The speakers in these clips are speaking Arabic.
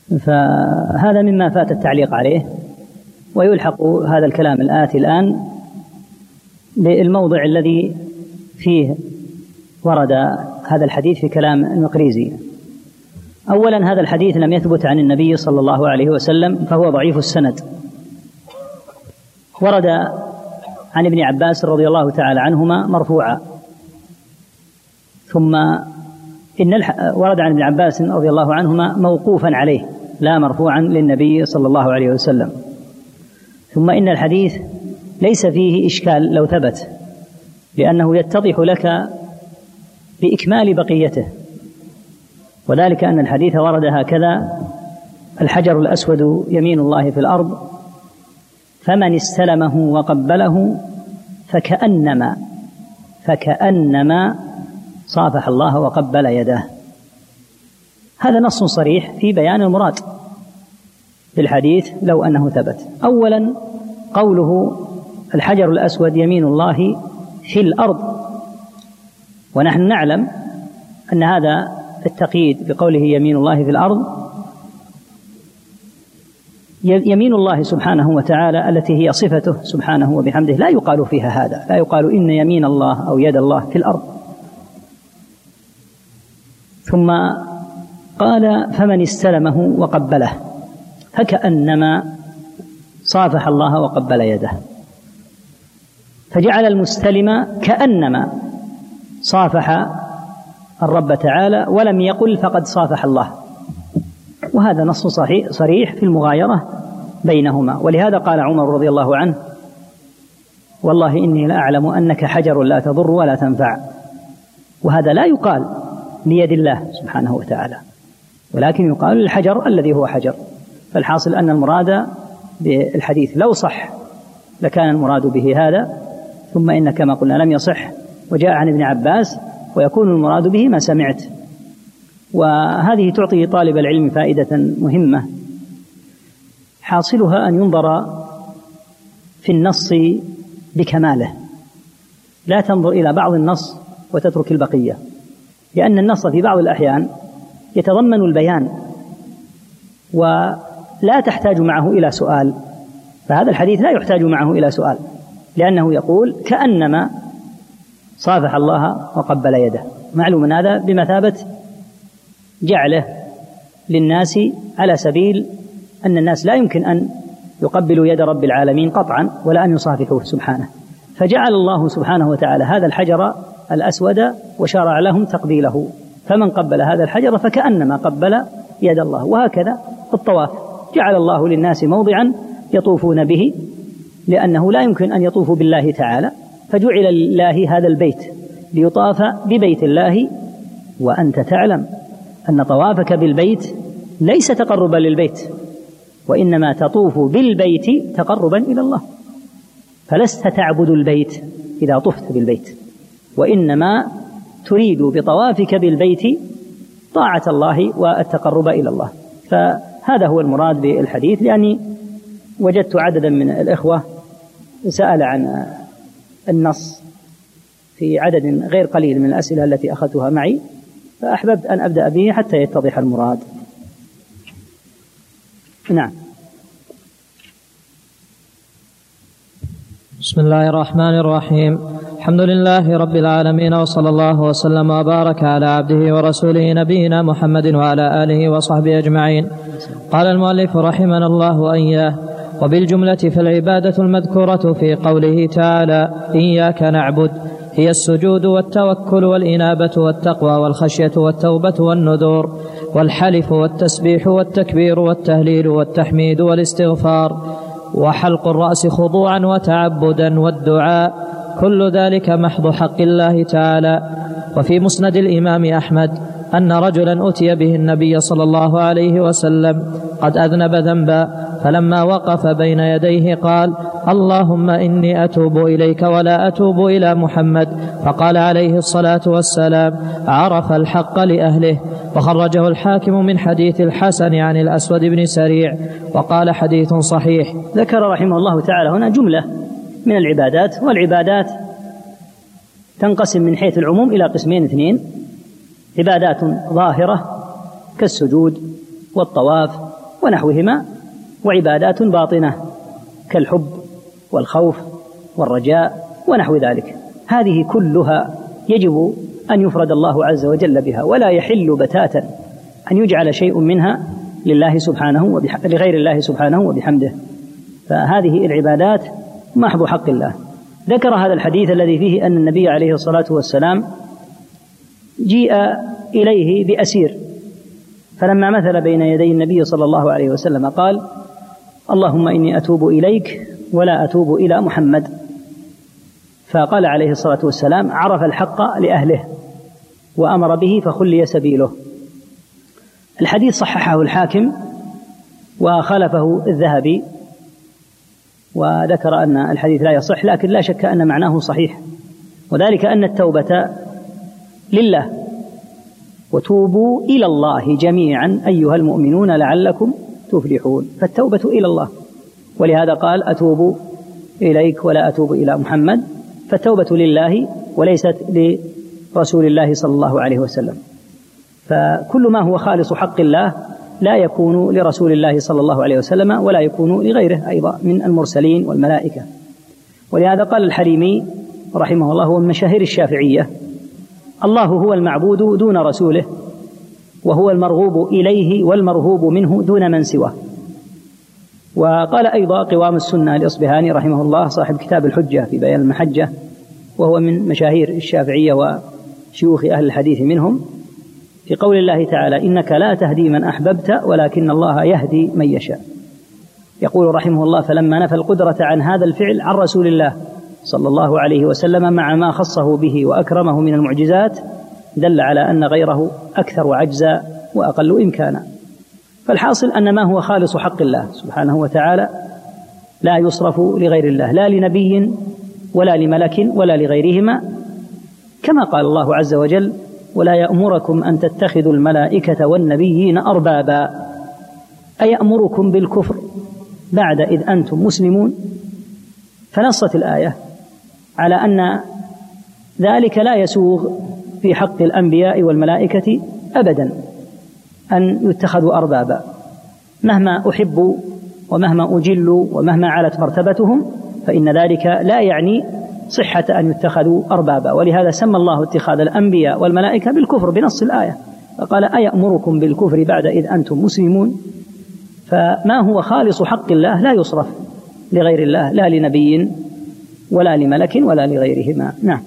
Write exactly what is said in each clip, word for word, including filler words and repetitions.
فهذا مما فات التعليق عليه. ويلحق هذا الكلام الآتي الآن بالموضع الذي فيه ورد هذا الحديث في كلام المقريزي. أولا، هذا الحديث لم يثبت عن النبي صلى الله عليه وسلم، فهو ضعيف السند. ورد عن ابن عباس رضي الله تعالى عنهما مرفوعا، ثم إن الح... ورد عن ابن عباس رضي الله عنهما موقوفا عليه لا مرفوعا للنبي صلى الله عليه وسلم. ثم إن الحديث ليس فيه إشكال لو ثبت، لأنه يتضح لك بإكمال بقيته، وذلك أن الحديث ورد هكذا: الحجر الأسود يمين الله في الأرض، فمن استلمه وقبله فكأنما فكأنما صافح الله وقبل يده. هذا نص صريح في بيان المراد بالحديث لو أنه ثبت. أولا، قوله الحجر الأسود يمين الله في الأرض، ونحن نعلم أن هذا التقييد بقوله يمين الله في الأرض، يمين الله سبحانه وتعالى التي هي صفته سبحانه وبحمده لا يقال فيها هذا، لا يقال إن يمين الله أو يد الله في الأرض. ثم قال فمن استلمه وقبله فكأنما صافح الله وقبل يده، فجعل المستلم كأنما صافح الرب تعالى، ولم يقل فقد صافح الله. وهذا نص صحيح صريح في المغايرة بينهما. ولهذا قال عمر رضي الله عنه: والله إني لأعلم أنك حجر لا تضر ولا تنفع. وهذا لا يقال ليد الله سبحانه وتعالى، ولكن يقال للحجر الذي هو حجر. فالحاصل أن المراد بالحديث لو صح لكان المراد به هذا، ثم إن كما قلنا لم يصح وجاء عن ابن عباس، ويكون المراد به ما سمعت. وهذه تعطي طالب العلم فائدة مهمة، حاصلها أن ينظر في النص بكماله، لا تنظر إلى بعض النص وتترك البقية، لأن النص في بعض الأحيان يتضمن البيان ولا تحتاج معه إلى سؤال، فهذا الحديث لا يحتاج معه إلى سؤال، لأنه يقول كأنما صافح الله وقبل يده. معلوم أن هذا بمثابة جعله للناس على سبيل أن الناس لا يمكن أن يقبلوا يد رب العالمين قطعا ولا أن يصافحوه سبحانه، فجعل الله سبحانه وتعالى هذا الحجر الأسود وشرع لهم تقبيله، فمن قبل هذا الحجر فكأنما قبل يد الله. وهكذا الطواف جعل الله للناس موضعا يطوفون به، لأنه لا يمكن أن يطوفوا بالله تعالى، فجعل لله هذا البيت ليطاف ببيت الله. وأنت تعلم أن طوافك بالبيت ليس تقربا للبيت، وإنما تطوف بالبيت تقربا إلى الله، فلست تعبد البيت إذا طفت بالبيت، وإنما تريد بطوافك بالبيت طاعة الله والتقرب إلى الله. فهذا هو المراد بالحديث، لأني وجدت عددا من الإخوة سأل عن النص في عدد غير قليل من الأسئلة التي أخذتها معي، فأحببت أن أبدأ به حتى يتضح المراد. نعم. بسم الله الرحمن الرحيم. الحمد لله رب العالمين، وصلى الله وسلم وبارك على عبده ورسوله نبينا محمد وعلى آله وصحبه أجمعين. قال المؤلف رحمنا الله وإياه: وبالجملة فالعبادة المذكورة في قوله تعالى إياك نعبد هي السجود والتوكل والإنابة والتقوى والخشية والتوبة والنذور والحلف والتسبيح والتكبير والتهليل والتحميد والاستغفار وحلق الرأس خضوعا وتعبدا والدعاء، كل ذلك محض حق الله تعالى. وفي مسند الإمام أحمد أن رجلا أتي به النبي صلى الله عليه وسلم قد أذنب ذنبا، فلما وقف بين يديه قال: اللهم إني أتوب إليك ولا أتوب إلى محمد. فقال عليه الصلاة والسلام: عرف الحق لأهله. وخرجه الحاكم من حديث الحسن عن الأسود بن سريع وقال حديث صحيح. ذكر رحمه الله تعالى هنا جملة من العبادات، والعبادات تنقسم من حيث العموم إلى قسمين اثنين: عبادات ظاهرة كالسجود والطواف ونحوهما، وعبادات باطنة كالحب والخوف والرجاء ونحو ذلك. هذه كلها يجب أن يفرد الله عز وجل بها، ولا يحل بتاتا أن يجعل شيء منها لله سبحانه وبح... لغير الله سبحانه وبحمده. فهذه العبادات محض حق الله. ذكر هذا الحديث الذي فيه أن النبي عليه الصلاة والسلام جيء إليه بأسير، فلما مثل بين يدي النبي صلى الله عليه وسلم قال: اللهم إني أتوب إليك ولا أتوب إلى محمد. فقال عليه الصلاة والسلام: عرف الحق لأهله وأمر به فخلي سبيله. الحديث صححه الحاكم وخالفه الذهبي، وذكر أن الحديث لا يصح، لكن لا شك أن معناه صحيح، وذلك أن التوبة لله، وتوبوا إلى الله جميعا أيها المؤمنون لعلكم تفلحون. فالتوبة إلى الله، ولهذا قال: أتوب إليك ولا أتوب إلى محمد. فالتوبة لله وليست لرسول الله صلى الله عليه وسلم. فكل ما هو خالص حق الله لا يكون لرسول الله صلى الله عليه وسلم ولا يكون لغيره أيضا من المرسلين والملائكة. ولهذا قال الحليمي رحمه الله ومن مشاهير الشافعية: الله هو المعبود دون رسوله، وهو المرغوب إليه والمرهوب منه دون من سواه. وقال أيضا قوام السنة الإصبهاني رحمه الله صاحب كتاب الحجة في بيان المحجة، وهو من مشاهير الشافعية وشيوخ أهل الحديث منهم، في قول الله تعالى: إنك لا تهدي من أحببت ولكن الله يهدي من يشاء. يقول رحمه الله: فلما نفى القدرة عن هذا الفعل عن رسول الله صلى الله عليه وسلم مع ما خصه به وأكرمه من المعجزات، دل على أن غيره أكثر عجزا وأقل إمكانا. فالحاصل أن ما هو خالص حق الله سبحانه وتعالى لا يصرف لغير الله، لا لنبي ولا لملك ولا لغيرهما، كما قال الله عز وجل: ولا يأمركم أن تتخذوا الملائكة والنبيين أربابا. أيأمركم بالكفر بعد إذ أنتم مسلمون؟ فنصت الآية على أن ذلك لا يسوغ في حق الأنبياء والملائكة أبدا أن يتخذوا أربابا، مهما أحبوا ومهما أجلوا ومهما علت مرتبتهم، فإن ذلك لا يعني صحة أن يتخذوا أربابا. ولهذا سمى الله اتخاذ الأنبياء والملائكة بالكفر بنص الآية، فقال: أيأمركم بالكفر بعد إذ أنتم مسلمون. فما هو خالص حق الله لا يصرف لغير الله، لا لنبي ولا لملك ولا لغيرهما. نعم.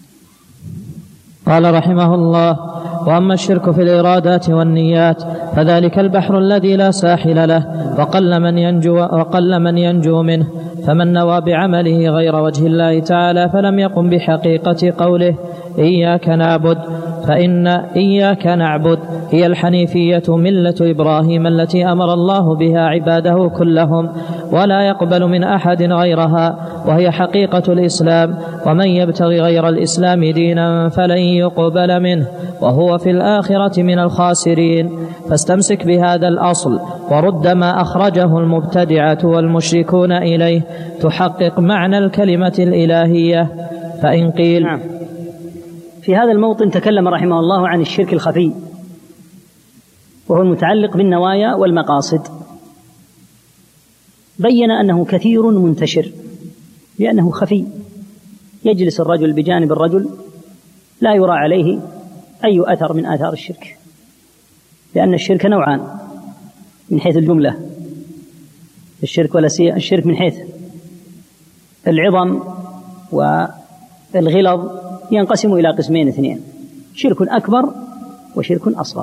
قال رحمه الله: وأما الشرك في الإرادات والنيات فذلك البحر الذي لا ساحل له، وقل من ينجو, وقل من ينجو منه. فمن نوى بعمله غير وجه الله تعالى فلم يقم بحقيقة قوله إياك نعبد، فإن إياك نعبد هي الحنيفية ملة إبراهيم التي أمر الله بها عباده كلهم، ولا يقبل من أحد غيرها، وهي حقيقة الإسلام. ومن يبتغي غير الإسلام دينا فلن يقبل منه وهو في الآخرة من الخاسرين. فاستمسك بهذا الأصل ورد ما أخرجه المبتدعة والمشركون إليه، تحقق معنى الكلمة الإلهية. فإن قيل نعم. في هذا الموطن تكلم رحمه الله عن الشرك الخفي، وهو المتعلق بالنوايا والمقاصد. بين أنه كثير منتشر لأنه خفي، يجلس الرجل بجانب الرجل لا يرى عليه أي أثر من آثار الشرك، لأن الشرك نوعان من حيث الجملة، الشرك ولا سي الشرك من حيث العظم والغلظ ينقسم إلى قسمين اثنين: شرك أكبر وشرك أصغر.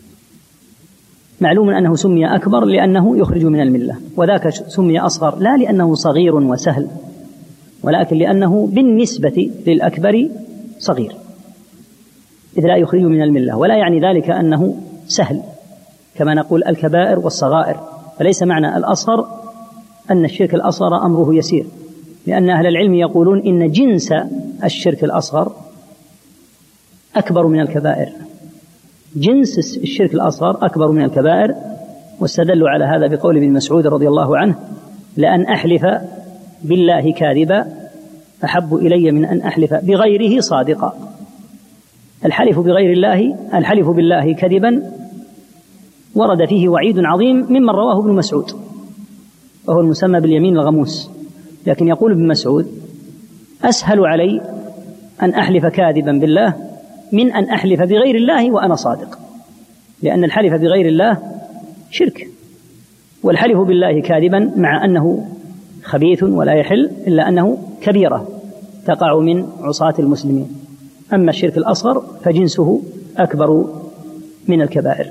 معلوم أنه سمي أكبر لأنه يخرج من الملة، وذاك سمي أصغر لا لأنه صغير وسهل، ولكن لأنه بالنسبة للأكبر صغير، إذ لا يخرج من الملة. ولا يعني ذلك أنه سهل، كما نقول الكبائر والصغائر. فليس معنى الأصغر أن الشرك الأصغر أمره يسير، لأن أهل العلم يقولون إن جنس الشرك الأصغر أكبر من الكبائر، جنس الشرك الأصغر أكبر من الكبائر. واستدلوا على هذا بقول ابن مسعود رضي الله عنه: لأن أحلف بالله كاذبا أحب إلي من أن أحلف بغيره صادقا. الحلف بغير الله، الحلف بالله كذبا ورد فيه وعيد عظيم ممن رواه ابن مسعود، وهو المسمى باليمين الغموس. لكن يقول ابن مسعود: أسهل علي أن أحلف كاذبا بالله من أن أحلف بغير الله وأنا صادق، لأن الحلف بغير الله شرك، والحلف بالله كاذبا مع أنه خبيث ولا يحل إلا أنه كبيرة تقع من عصاة المسلمين. أما الشرك الأصغر فجنسه أكبر من الكبائر.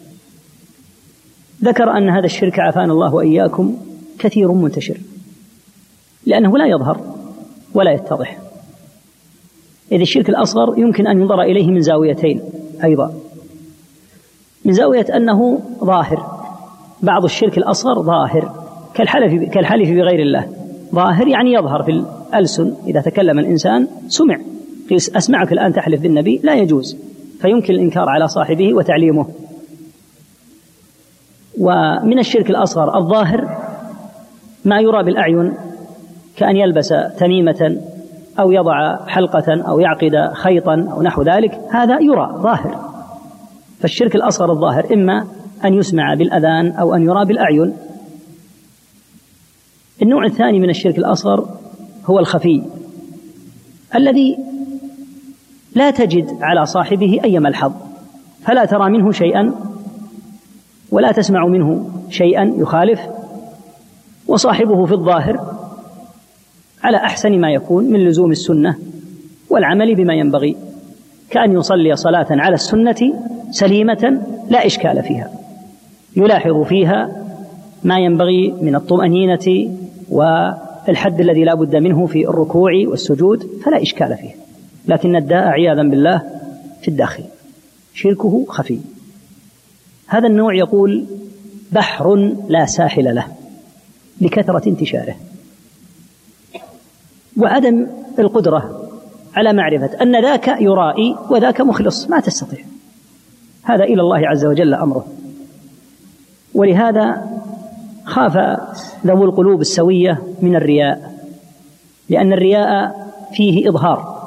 ذكر أن هذا الشرك عافانا الله وإياكم كثير منتشر، لأنه لا يظهر ولا يتضح. إذ الشرك الأصغر يمكن أن ينظر إليه من زاويتين أيضا: من زاوية أنه ظاهر، بعض الشرك الأصغر ظاهر كالحلف كالحلف بغير الله، ظاهر يعني يظهر في الألسن، إذا تكلم الإنسان سمع، أسمعك الآن تحلف بالنبي، لا يجوز، فيمكن الإنكار على صاحبه وتعليمه. ومن الشرك الأصغر الظاهر ما يرى بالأعين، كأن يلبس تميمة أو يضع حلقة أو يعقد خيطا أو نحو ذلك، هذا يرى ظاهر. فالشرك الأصغر الظاهر إما أن يسمع بالأذان أو أن يرى بالأعين. النوع الثاني من الشرك الأصغر هو الخفي، الذي لا تجد على صاحبه أي ملحظ، فلا ترى منه شيئا ولا تسمع منه شيئا يخالف، وصاحبه في الظاهر على أحسن ما يكون من لزوم السنة والعمل بما ينبغي، كأن يصلي صلاة على السنة سليمة لا إشكال فيها، يلاحظ فيها ما ينبغي من الطمأنينة والحد الذي لا بد منه في الركوع والسجود، فلا إشكال فيه. لكن الداء عياذا بالله في الداخل، شركه خفي. هذا النوع يقول بحر لا ساحل له لكثرة انتشاره وعدم القدرة على معرفة أن ذاك يرائي وذاك مخلص، ما تستطيع. هذا إلى الله عز وجل أمره. ولهذا خاف ذو القلوب السوية من الرياء، لأن الرياء فيه إظهار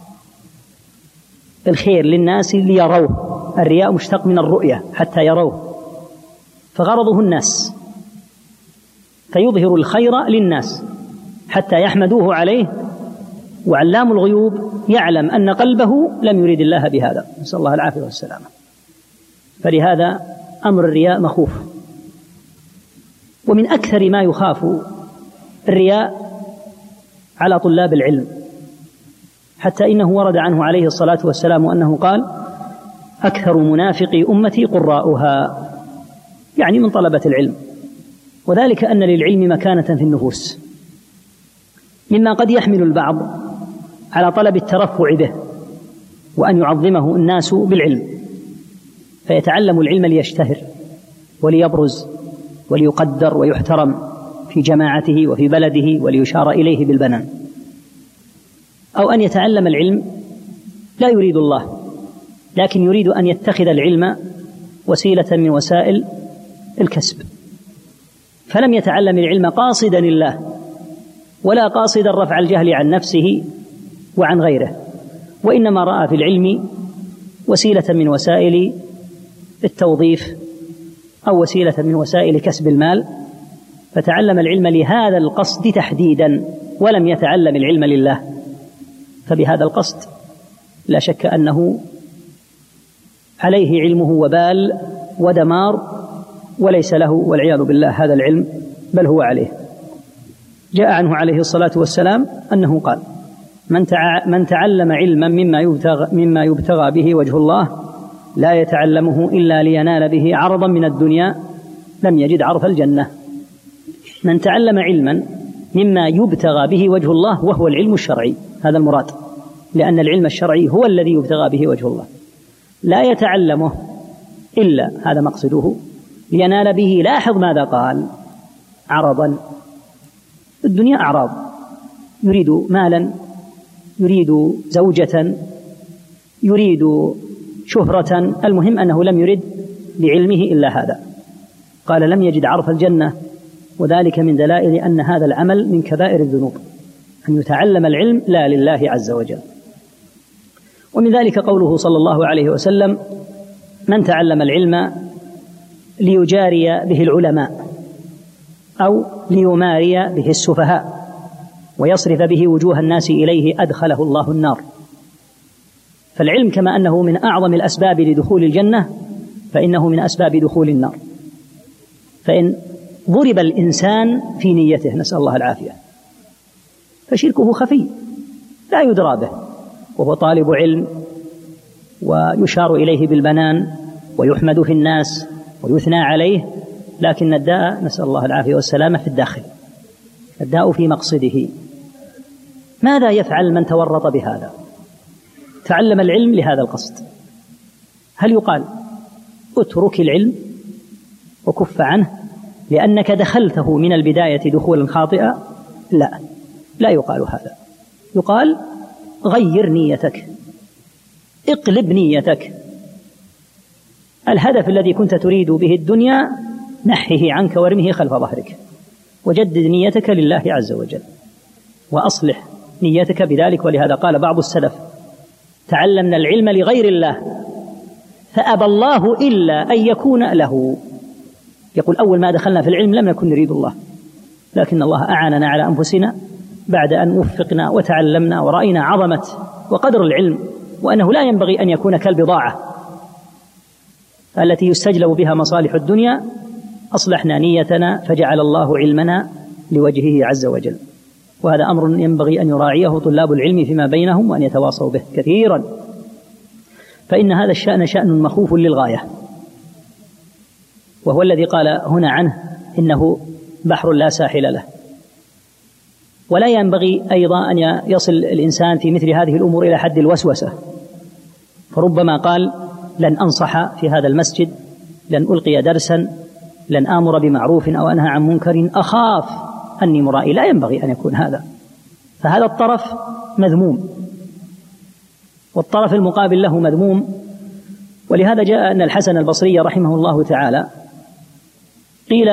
الخير للناس ليروه. الرياء مشتق من الرؤية حتى يروه، فغرضه الناس، فيظهر الخير للناس حتى يحمدوه عليه، وعلام الغيوب يعلم أن قلبه لم يريد الله بهذا، نسأل الله العافية والسلامة. فلهذا أمر الرياء مخوف. ومن أكثر ما يخاف الرياء على طلاب العلم، حتى إنه ورد عنه عليه الصلاة والسلام أنه قال: أكثر منافقي أمتي قراؤها، يعني من طلبة العلم. وذلك أن للعلم مكانة في النفوس، مما قد يحمل البعض على طلب الترفع به وأن يعظمه الناس بالعلم، فيتعلم العلم ليشتهر وليبرز وليقدر ويحترم في جماعته وفي بلده وليشار إليه بالبنان، أو أن يتعلم العلم لا يريد الله، لكن يريد أن يتخذ العلم وسيلة من وسائل الكسب، فلم يتعلم العلم قاصدا لله ولا قاصدا رفع الجهل عن نفسه وعن غيره، وإنما رأى في العلم وسيلة من وسائل التوظيف أو وسيلة من وسائل كسب المال، فتعلم العلم لهذا القصد تحديدا ولم يتعلم العلم لله. فبهذا القصد لا شك أنه عليه علمه وبال ودمار، وليس له والعياذ بالله هذا العلم، بل هو عليه. جاء عنه عليه الصلاة والسلام أنه قال: من, تع... من تعلم علما مما يبتغى, مما يبتغى به وجه الله لا يتعلمه إلا لينال به عرضا من الدنيا لم يجد عرف الجنة. من تعلم علما مما يبتغى به وجه الله، وهو العلم الشرعي، هذا المراد، لأن العلم الشرعي هو الذي يبتغى به وجه الله، لا يتعلمه إلا، هذا مقصده، لينال به، لاحظ ماذا قال، عرضا. الدنيا أعراض، يريد مالا، يريد زوجة، يريد شهرة، المهم أنه لم يرد بعلمه إلا هذا. قال: لم يجد عرف الجنة، وذلك من دلائل أن هذا العمل من كبائر الذنوب، أن يتعلم العلم لا لله عز وجل. ومن ذلك قوله صلى الله عليه وسلم: من تعلم العلم ليجاري به العلماء أو ليماري به السفهاء ويصرف به وجوه الناس إليه أدخله الله النار. فالعلم كما أنه من أعظم الأسباب لدخول الجنة فإنه من أسباب دخول النار. فإن ضرب الإنسان في نيته نسأل الله العافية فشركه خفي لا يدرى به، وهو طالب علم ويشار إليه بالبنان ويحمد في الناس ويثنى عليه، لكن الداء نسأل الله العافية والسلامة في الداخل، الداء في مقصده. ماذا يفعل من تورط بهذا؟ تعلم العلم لهذا القصد، هل يقال اترك العلم وكف عنه لأنك دخلته من البداية دخولا خاطئا؟ لا، لا يقال هذا. يقال غير نيتك، اقلب نيتك، الهدف الذي كنت تريد به الدنيا نحه عنك وارمه خلف ظهرك، وجدد نيتك لله عز وجل وأصلح نيتك بذلك. ولهذا قال بعض السلف تعلمنا العلم لغير الله فأبى الله إلا أن يكون له. يقول أول ما دخلنا في العلم لم نكن نريد الله، لكن الله أعاننا على أنفسنا بعد أن وفقنا وتعلمنا ورأينا عظمة وقدر العلم، وأنه لا ينبغي أن يكون كالبضاعة التي يستجلب بها مصالح الدنيا. أصلحنا نيتنا فجعل الله علمنا لوجهه عز وجل. وهذا أمر ينبغي أن يراعيه طلاب العلم فيما بينهم وأن يتواصوا به كثيرا، فإن هذا الشأن شأن مخوف للغاية، وهو الذي قال هنا عنه إنه بحر لا ساحل له. ولا ينبغي أيضا أن يصل الإنسان في مثل هذه الأمور إلى حد الوسوسة، فربما قال لن أنصح في هذا المسجد، لن ألقي درسا، لن آمر بمعروف أو أنهى عن منكر، أخاف أني مرائي. لا ينبغي أن يكون هذا، فهذا الطرف مذموم والطرف المقابل له مذموم. ولهذا جاء أن الحسن البصري رحمه الله تعالى قيل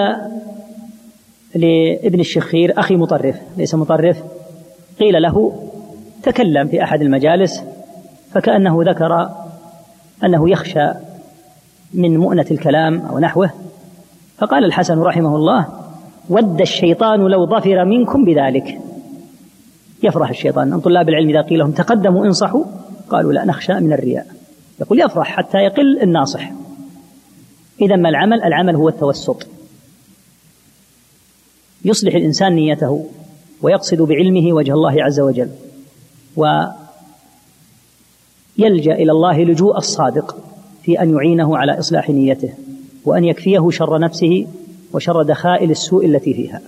لابن الشخير أخي مطرف ليس مطرف، قيل له تكلم في أحد المجالس فكأنه ذكر أنه يخشى من مؤنة الكلام أو نحوه، فقال الحسن رحمه الله ود الشيطان لو ظفر منكم بذلك. يفرح الشيطان أن طلاب العلم إذا قيل لهم تقدموا انصحوا قالوا لا نخشى من الرياء، يقول يفرح حتى يقل الناصح. إذا ما العمل؟ العمل هو التوسط، يصلح الإنسان نيته ويقصد بعلمه وجه الله عز وجل، ويلجأ إلى الله لجوء الصادق في أن يعينه على إصلاح نيته وأن يكفيه شر نفسه وشر دخائل السوء التي فيها،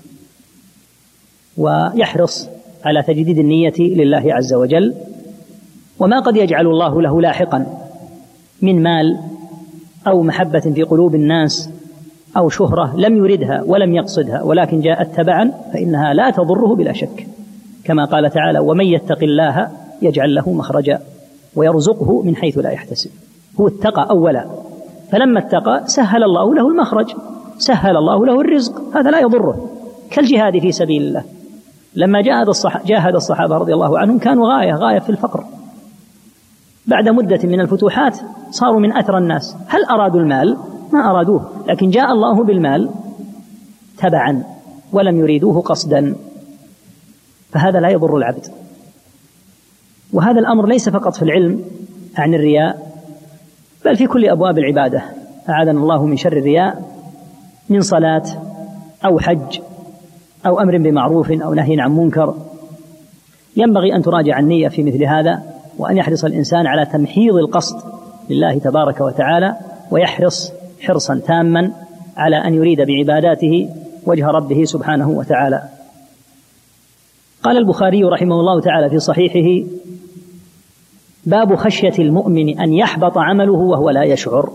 ويحرص على تجديد النية لله عز وجل. وما قد يجعل الله له لاحقا من مال أو محبة في قلوب الناس أو شهرة لم يردها ولم يقصدها ولكن جاءت تبعا، فإنها لا تضره بلا شك، كما قال تعالى ومن يتق الله يجعل له مخرجا ويرزقه من حيث لا يحتسب. هو اتقى أولا، فلما اتقى سهل الله له المخرج، سهل الله له الرزق، هذا لا يضره. كالجهاد في سبيل الله، لما جاهد الصحابة, جاهد الصحابة رضي الله عنهم كانوا غاية غاية في الفقر، بعد مدة من الفتوحات صاروا من أثرى الناس. هل أرادوا المال؟ ما أرادوه، لكن جاء الله بالمال تبعا ولم يريدوه قصدا، فهذا لا يضر العبد. وهذا الأمر ليس فقط في العلم عن الرياء، بل في كل أبواب العبادة، أعاذنا الله من شر الرياء، من صلاة أو حج أو أمر بمعروف أو نهي عن منكر. ينبغي أن تراجع النية في مثل هذا، وأن يحرص الإنسان على تمحيض القصد لله تبارك وتعالى، ويحرص حرصا تاما على أن يريد بعباداته وجه ربه سبحانه وتعالى. قال البخاري رحمه الله تعالى في صحيحه باب خشية المؤمن أن يحبط عمله وهو لا يشعر.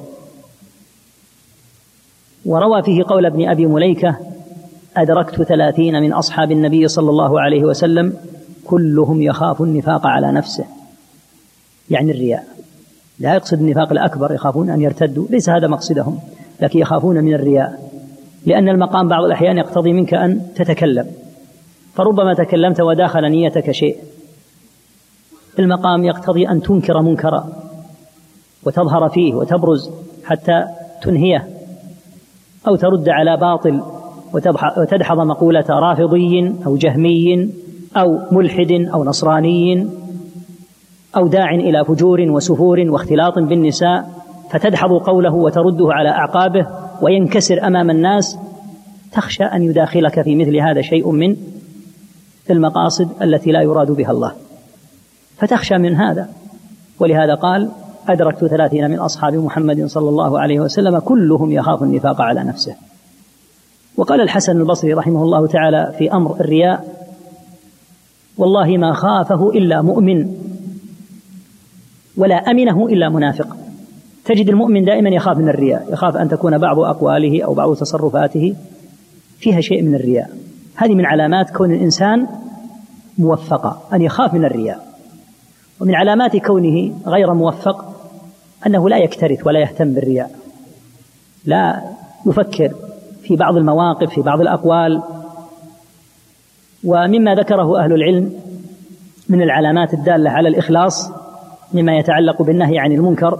وروى فيه قول ابن أبي مليكة أدركت ثلاثين من أصحاب النبي صلى الله عليه وسلم كلهم يخاف النفاق على نفسه، يعني الرياء، لا يقصد النفاق الأكبر يخافون أن يرتدوا، ليس هذا مقصدهم، لكن يخافون من الرياء، لأن المقام بعض الأحيان يقتضي منك أن تتكلم، فربما تكلمت وداخل نيتك شيء. المقام يقتضي أن تنكر منكرا وتظهر فيه وتبرز حتى تنهيه، أو ترد على باطل وتدحض مقولة رافضي أو جهمي أو ملحد أو نصراني أو داع إلى فجور وسفور واختلاط بالنساء، فتدحض قوله وترده على أعقابه وينكسر أمام الناس، تخشى أن يداخلك في مثل هذا شيء من المقاصد التي لا يراد بها الله، فتخشى من هذا. ولهذا قال: أدركت ثلاثين من أصحاب محمد صلى الله عليه وسلم كلهم يخاف النفاق على نفسه. وقال الحسن البصري رحمه الله تعالى في أمر الرياء: والله ما خافه إلا مؤمن ولا أمنه إلا منافق. تجد المؤمن دائما يخاف من الرياء، يخاف أن تكون بعض أقواله أو بعض تصرفاته فيها شيء من الرياء. هذه من علامات كون الإنسان موفقا، أن يخاف من الرياء. ومن علامات كونه غير موفق أنه لا يكترث ولا يهتم بالرياء، لا يفكر في بعض المواقف في بعض الأقوال. ومما ذكره أهل العلم من العلامات الدالة على الإخلاص مما يتعلق بالنهي عن المنكر،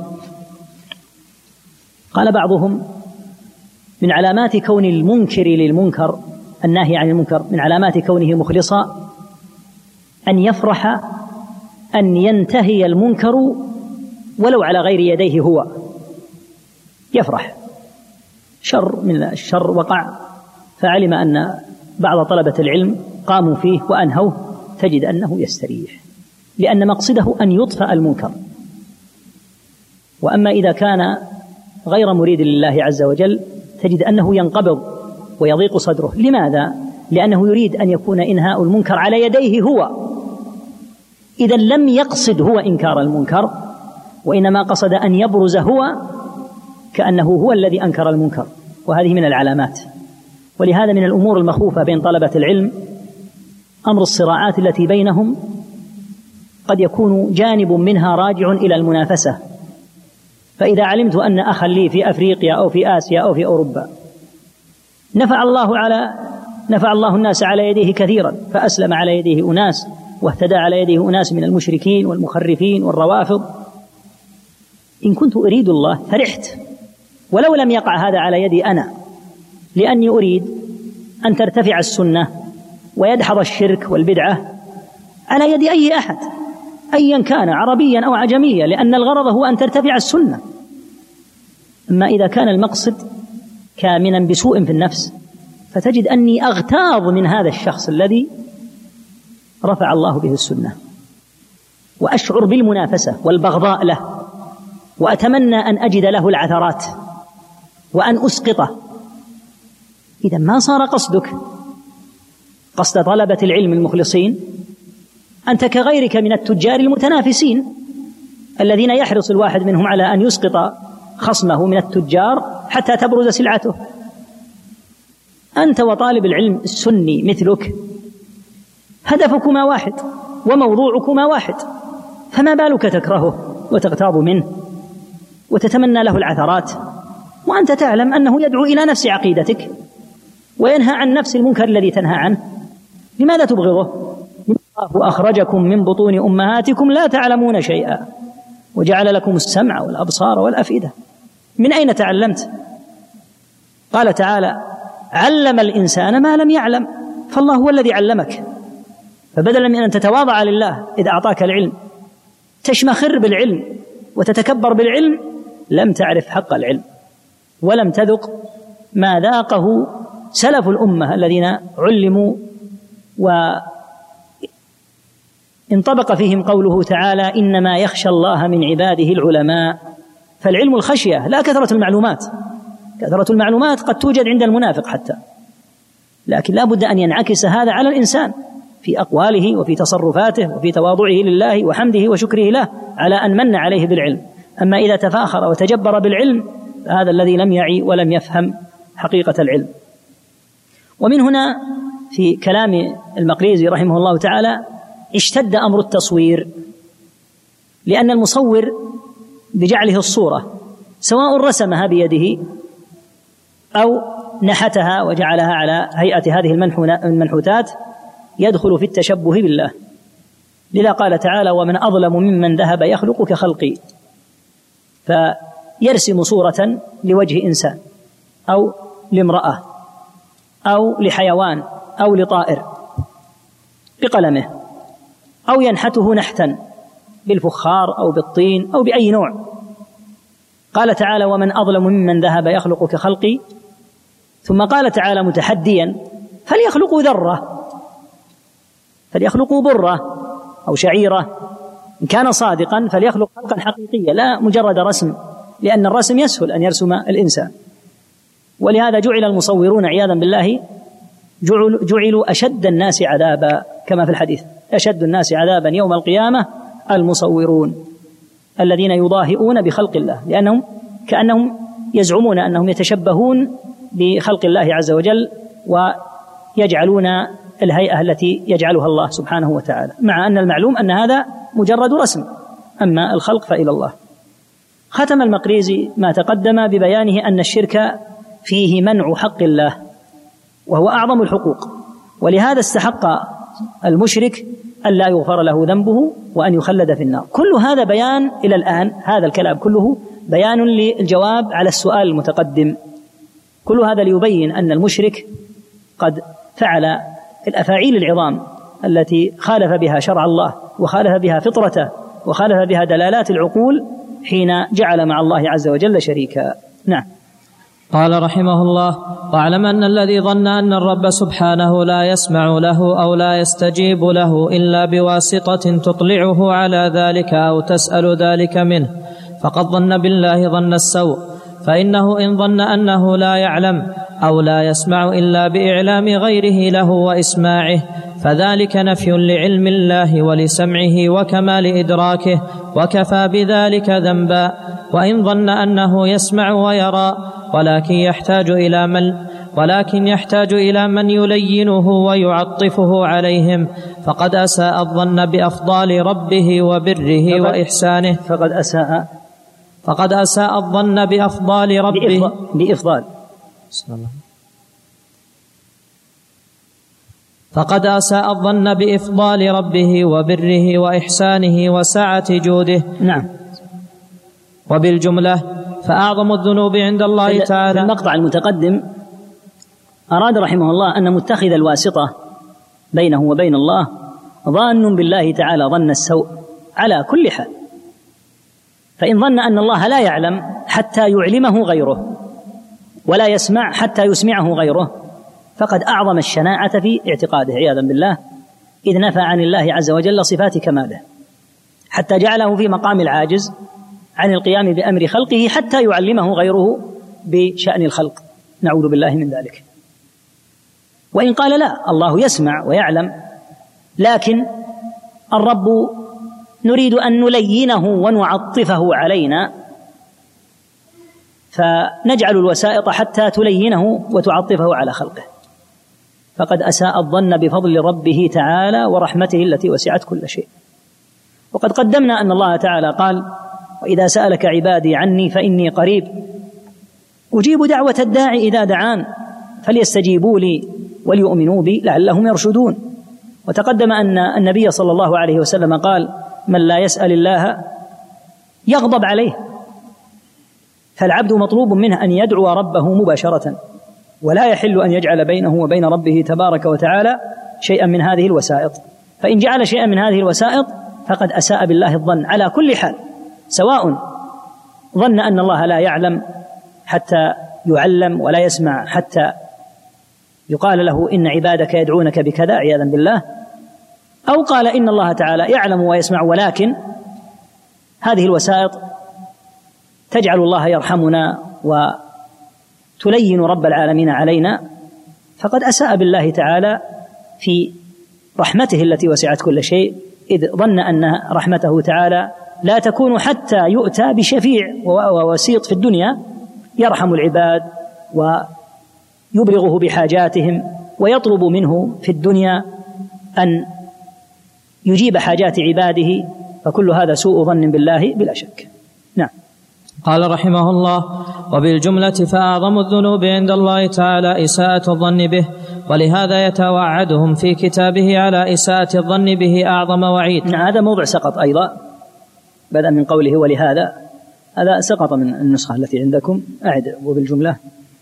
قال بعضهم: من علامات كون المنكر للمنكر الناهي عن المنكر، من علامات كونه مخلصا أن يفرح أن ينتهي المنكر ولو على غير يديه هو، يفرح. شر من الشر وقع فعلم أن بعض طلبة العلم قاموا فيه وأنهوه، تجد أنه يستريح، لأن مقصده أن يطفأ المنكر. وأما إذا كان غير مريد لله عز وجل تجد أنه ينقبض ويضيق صدره. لماذا؟ لأنه يريد أن يكون إنهاء المنكر على يديه هو، إذا لم يقصد هو إنكار المنكر، وإنما قصد أن يبرز هو كأنه هو الذي أنكر المنكر، وهذه من العلامات. ولهذا من الأمور المخوفة بين طلبة العلم أمر الصراعات التي بينهم، قد يكون جانب منها راجع إلى المنافسة. فإذا علمت أن أخا لي في أفريقيا أو في آسيا أو في أوروبا نفع الله على نفع الله الناس على يديه كثيرا، فأسلم على يديه أناس واهتدى على يديه أناس من المشركين والمخرفين والروافض، إن كنت أريد الله فرحت، ولو لم يقع هذا على يدي أنا، لأني أريد أن ترتفع السنة ويدحض الشرك والبدعة على يد أي أحد أيا كان، عربيا أو عجميا، لأن الغرض هو أن ترتفع السنة. أما إذا كان المقصد كامنا بسوء في النفس فتجد أني أغتاظ من هذا الشخص الذي رفع الله به السنة، وأشعر بالمنافسة والبغضاء له، وأتمنى أن أجد له العثرات وأن أسقطه. إذا ما صار قصدك قصد طلبة العلم المخلصين، أنت كغيرك من التجار المتنافسين الذين يحرص الواحد منهم على أن يسقط خصمه من التجار حتى تبرز سلعته. أنت وطالب العلم السني مثلك هدفكما واحد وموضوعكما واحد، فما بالك تكرهه وتغتاظ منه وتتمنى له العثرات، وأنت تعلم أنه يدعو إلى نفس عقيدتك وينهى عن نفس المنكر الذي تنهى عنه. لماذا تبغضه؟ الله أخرجكم من بطون أمهاتكم لا تعلمون شيئا وجعل لكم السمع والأبصار والأفئدة. من أين تعلمت؟ قال تعالى: علم الإنسان ما لم يعلم، فالله هو الذي علمك. فبدلا من أن تتواضع لله إذ أعطاك العلم، تشمخر بالعلم وتتكبر بالعلم، لم تعرف حق العلم ولم تذق ما ذاقه سلف الأمة الذين علموا وانطبق فيهم قوله تعالى: إنما يخشى الله من عباده العلماء. فالعلم الخشية لا كثرة المعلومات. كثرة المعلومات قد توجد عند المنافق حتى، لكن لا بد أن ينعكس هذا على الإنسان في أقواله وفي تصرفاته وفي تواضعه لله وحمده وشكره له على أن من عليه بالعلم. أما إذا تفاخر وتجبر بالعلم فهذا الذي لم يعي ولم يفهم حقيقة العلم. ومن هنا في كلام المقريزي رحمه الله تعالى اشتد أمر التصوير، لأن المصور بجعله الصورة سواء رسمها بيده أو نحتها وجعلها على هيئة هذه المنحوتات يدخل في التشبه بالله. لذا قال تعالى: ومن أظلم ممن ذهب يخلق كخلقي، فيرسم صورة لوجه إنسان أو لامرأة أو لحيوان أو لطائر بقلمه، أو ينحته نحتا بالفخار أو بالطين أو بأي نوع. قال تعالى: ومن أظلم ممن ذهب يخلق كخلقي. ثم قال تعالى متحديا: فليخلقوا ذرة، فليخلقوا برة أو شعيرة، إن كان صادقا فليخلق خلقا حقيقيا لا مجرد رسم، لأن الرسم يسهل أن يرسم الإنسان. ولهذا جعل المصورون عياذا بالله جعل جعلوا أشد الناس عذابا، كما في الحديث: أشد الناس عذابا يوم القيامة المصورون الذين يضاهئون بخلق الله، لأنهم كأنهم يزعمون أنهم يتشبهون بخلق الله عز وجل ويجعلون الهيئة التي يجعلها الله سبحانه وتعالى، مع أن المعلوم أن هذا مجرد رسم، أما الخلق فإلى الله. ختم المقريزي ما تقدم ببيانه أن الشرك فيه منع حق الله، وهو أعظم الحقوق، ولهذا استحق المشرك أن لا يغفر له ذنبه وأن يخلد في النار. كل هذا بيان إلى الآن، هذا الكلام كله بيان للجواب على السؤال المتقدم. كل هذا ليبين أن المشرك قد فعل الأفاعيل العظام التي خالف بها شرع الله وخالف بها فطرته وخالف بها دلالات العقول حين جعل مع الله عز وجل شريكا. نعم. قال رحمه الله: واعلم أن الذي ظن أن الرب سبحانه لا يسمع له أو لا يستجيب له إلا بواسطة تطلعه على ذلك أو تسأل ذلك منه فقد ظن بالله ظن السوء، فإنه إن ظن أنه لا يعلم أو لا يسمع إلا بإعلام غيره له وإسماعه فذلك نفي لعلم الله ولسمعه وكمال إدراكه، وكفى بذلك ذنبا. وإن ظن أنه يسمع ويرى ولكن يحتاج إلى من ولكن يحتاج إلى من يلينه ويعطفه عليهم فقد أساء الظن بأفضال ربه وبره وإحسانه فقد أساء فقد أساء الظن بأفضال ربه بإفضال فقد أساء الظن بإفضال ربه وبره وإحسانه وسعة جوده. نعم. وبالجملة فأعظم الذنوب عند الله تعالى. في المقطع المتقدم أراد رحمه الله أن متخذ الواسطة بينه وبين الله ظان بالله تعالى ظن السوء على كل حال، فإن ظن أن الله لا يعلم حتى يعلمه غيره ولا يسمع حتى يسمعه غيره فقد أعظم الشناعة في اعتقاده عياذا بالله، إذ نفى عن الله عز وجل صفات كماله حتى جعله في مقام العاجز عن القيام بأمر خلقه حتى يعلمه غيره بشأن الخلق، نعوذ بالله من ذلك. وإن قال لا، الله يسمع ويعلم، لكن الرب نريد أن نلينه ونعطفه علينا فنجعل الوسائط حتى تلينه وتعطفه على خلقه، فقد أساء الظن بفضل ربه تعالى ورحمته التي وسعت كل شيء. وقد قدمنا أن الله تعالى قال: وإذا سألك عبادي عني فإني قريب أجيب دعوة الداعي إذا دعان فليستجيبوا لي وليؤمنوا بي لعلهم يرشدون. وتقدم أن النبي صلى الله عليه وسلم قال: من لا يسأل الله يغضب عليه، فالعبد مطلوب منه أن يدعو ربه مباشرة، ولا يحل أن يجعل بينه وبين ربه تبارك وتعالى شيئا من هذه الوسائط، فإن جعل شيئا من هذه الوسائط فقد أساء بالله الظن على كل حال، سواء ظن أن الله لا يعلم حتى يعلم ولا يسمع حتى يقال له إن عبادك يدعونك بكذا عياذا بالله، أو قال إن الله تعالى يعلم ويسمع ولكن هذه الوسائط تجعل الله يرحمنا وتلين رب العالمين علينا، فقد أساء بالله تعالى في رحمته التي وسعت كل شيء، إذ ظن أن رحمته تعالى لا تكون حتى يؤتى بشفيع ووسيط في الدنيا يرحم العباد ويبلغه بحاجاتهم ويطلب منه في الدنيا أن يجيب حاجات عباده، فكل هذا سوء ظن بالله بلا شك. نعم. قال رحمه الله: وبالجملة فأعظم الذنوب عند الله تعالى إساءة الظن به، ولهذا يتوعدهم في كتابه على إساءة الظن به أعظم وعيد. نعم، هذا موضع سقط أيضا بدأ من قوله ولهذا، هذا سقط من النسخة التي عندكم، أعد وبالجملة.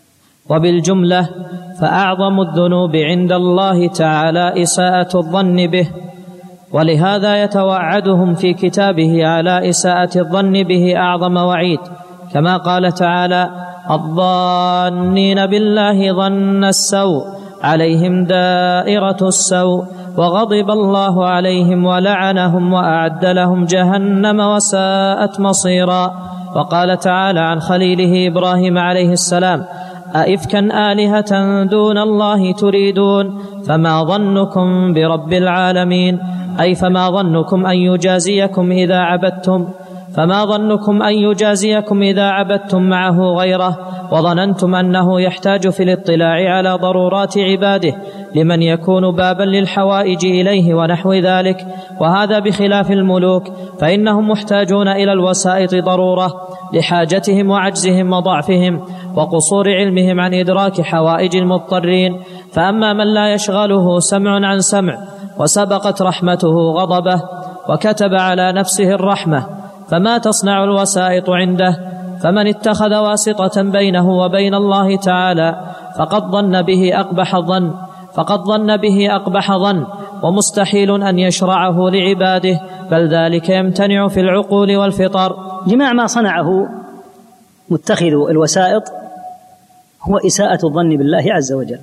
وبالجملة فأعظم الذنوب عند الله تعالى إساءة الظن به، ولهذا يتوعدهم في كتابه على إساءة الظن به أعظم وعيد، كما قال تعالى: الظانين بالله ظن السوء عليهم دائرة السوء وغضب الله عليهم ولعنهم وأعد لهم جهنم وساءت مصيرا. وقال تعالى عن خليله إبراهيم عليه السلام: أئفكا آلهة دون الله تريدون فما ظنكم برب العالمين، أي فما ظنكم أن يجازيكم إذا عبدتم فما ظنكم أن يجازيكم إذا عبدتم معه غيره وظننتم أنه يحتاج في الاطلاع على ضرورات عباده لمن يكون بابا للحوائج إليه ونحو ذلك. وهذا بخلاف الملوك، فإنهم محتاجون إلى الوسائط ضرورة لحاجتهم وعجزهم وضعفهم وقصور علمهم عن إدراك حوائج المضطرين. فأما من لا يشغله سمع عن سمع وسبقت رحمته غضبه وكتب على نفسه الرحمة، فما تصنع الوسائط عنده؟ فمن اتخذ واسطة بينه وبين الله تعالى فقد ظن به أقبح الظن فقد ظن به أقبح ظن ومستحيل أن يشرعه لعباده، بل ذلك يمتنع في العقول والفطر. جماع ما صنعه متخذ الوسائط هو إساءة الظن بالله عز وجل،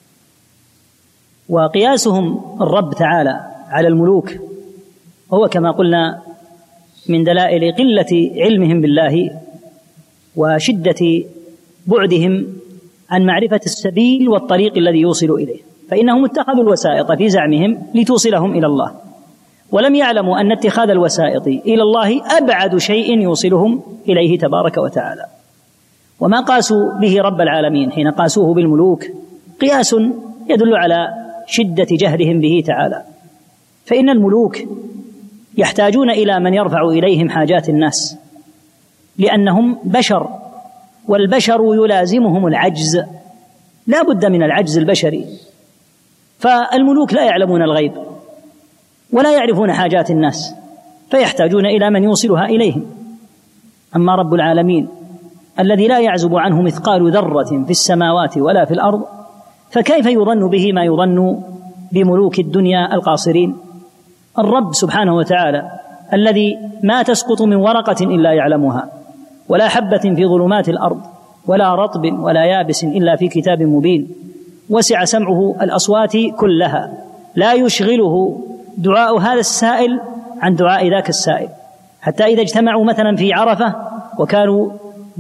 وقياسهم الرب تعالى على الملوك هو كما قلنا من دلائل قلة علمهم بالله وشدة بعدهم عن معرفة السبيل والطريق الذي يوصل إليه، فإنهم اتخذوا الوسائط في زعمهم لتوصلهم إلى الله، ولم يعلموا أن اتخاذ الوسائط إلى الله أبعد شيء يوصلهم إليه تبارك وتعالى. وما قاسوا به رب العالمين حين قاسوه بالملوك قياس يدل على شدة جهلهم به تعالى، فإن الملوك يحتاجون إلى من يرفع إليهم حاجات الناس لأنهم بشر، والبشر يلازمهم العجز، لا بد من العجز البشري، فالملوك لا يعلمون الغيب ولا يعرفون حاجات الناس فيحتاجون إلى من يوصلها إليهم. أما رب العالمين الذي لا يعزب عنه مثقال ذرة في السماوات ولا في الأرض، فكيف يظن به ما يظن بملوك الدنيا القاصرين؟ الرب سبحانه وتعالى الذي ما تسقط من ورقة إلا يعلمها، ولا حبة في ظلمات الأرض، ولا رطب ولا يابس إلا في كتاب مبين، وسع سمعه الأصوات كلها، لا يشغله دعاء هذا السائل عن دعاء ذاك السائل، حتى إذا اجتمعوا مثلا في عرفة وكانوا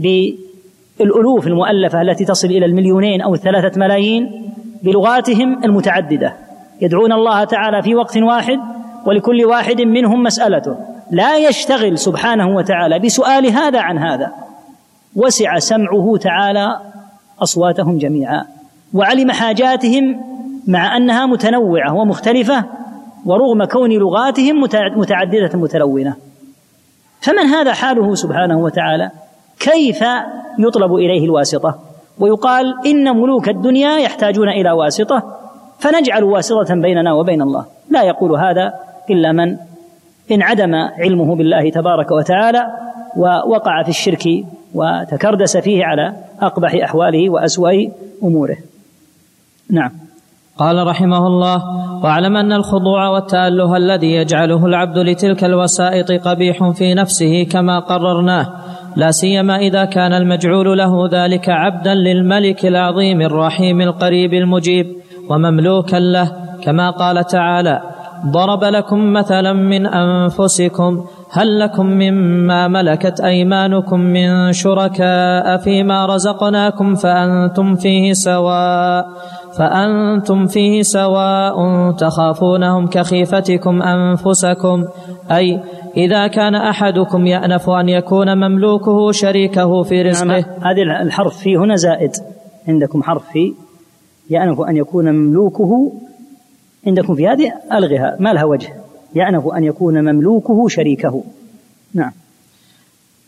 بالألوف المؤلفة التي تصل إلى المليونين أو الثلاثة ملايين بلغاتهم المتعددة يدعون الله تعالى في وقت واحد، ولكل واحد منهم مسألته، لا يشتغل سبحانه وتعالى بسؤال هذا عن هذا، وسع سمعه تعالى أصواتهم جميعا، وعلم حاجاتهم مع أنها متنوعة ومختلفة ورغم كون لغاتهم متعددة متلونة. فمن هذا حاله سبحانه وتعالى كيف يطلب إليه الواسطة ويقال إن ملوك الدنيا يحتاجون إلى واسطة فنجعل واسطة بيننا وبين الله؟ لا يقول هذا إلا من انعدم علمه بالله تبارك وتعالى ووقع في الشرك وتكردس فيه على أقبح أحواله وأسوأ أموره. نعم. قال رحمه الله: واعلم أن الخضوع والتأله الذي يجعله العبد لتلك الوسائط قبيح في نفسه كما قررناه، لا سيما إذا كان المجعول له ذلك عبدا للملك العظيم الرحيم القريب المجيب ومملوكا له، كما قال تعالى: ضرب لكم مثلا من أنفسكم هل لكم مما ملكت أيمانكم من شركاء فيما رزقناكم فأنتم فيه سواء فأنتم فيه سواء تخافونهم كخيفتكم أنفسكم، أي إذا كان أحدكم يأنف أن يكون مملوكه شريكه في رزقه. نعم. هذا الحرف فيه هنا زائد، عندكم حرف في يأنف أن يكون مملوكه، عندكم في هذه ألغها ما لها وجه، يأنف أن يكون مملوكه شريكه. نعم.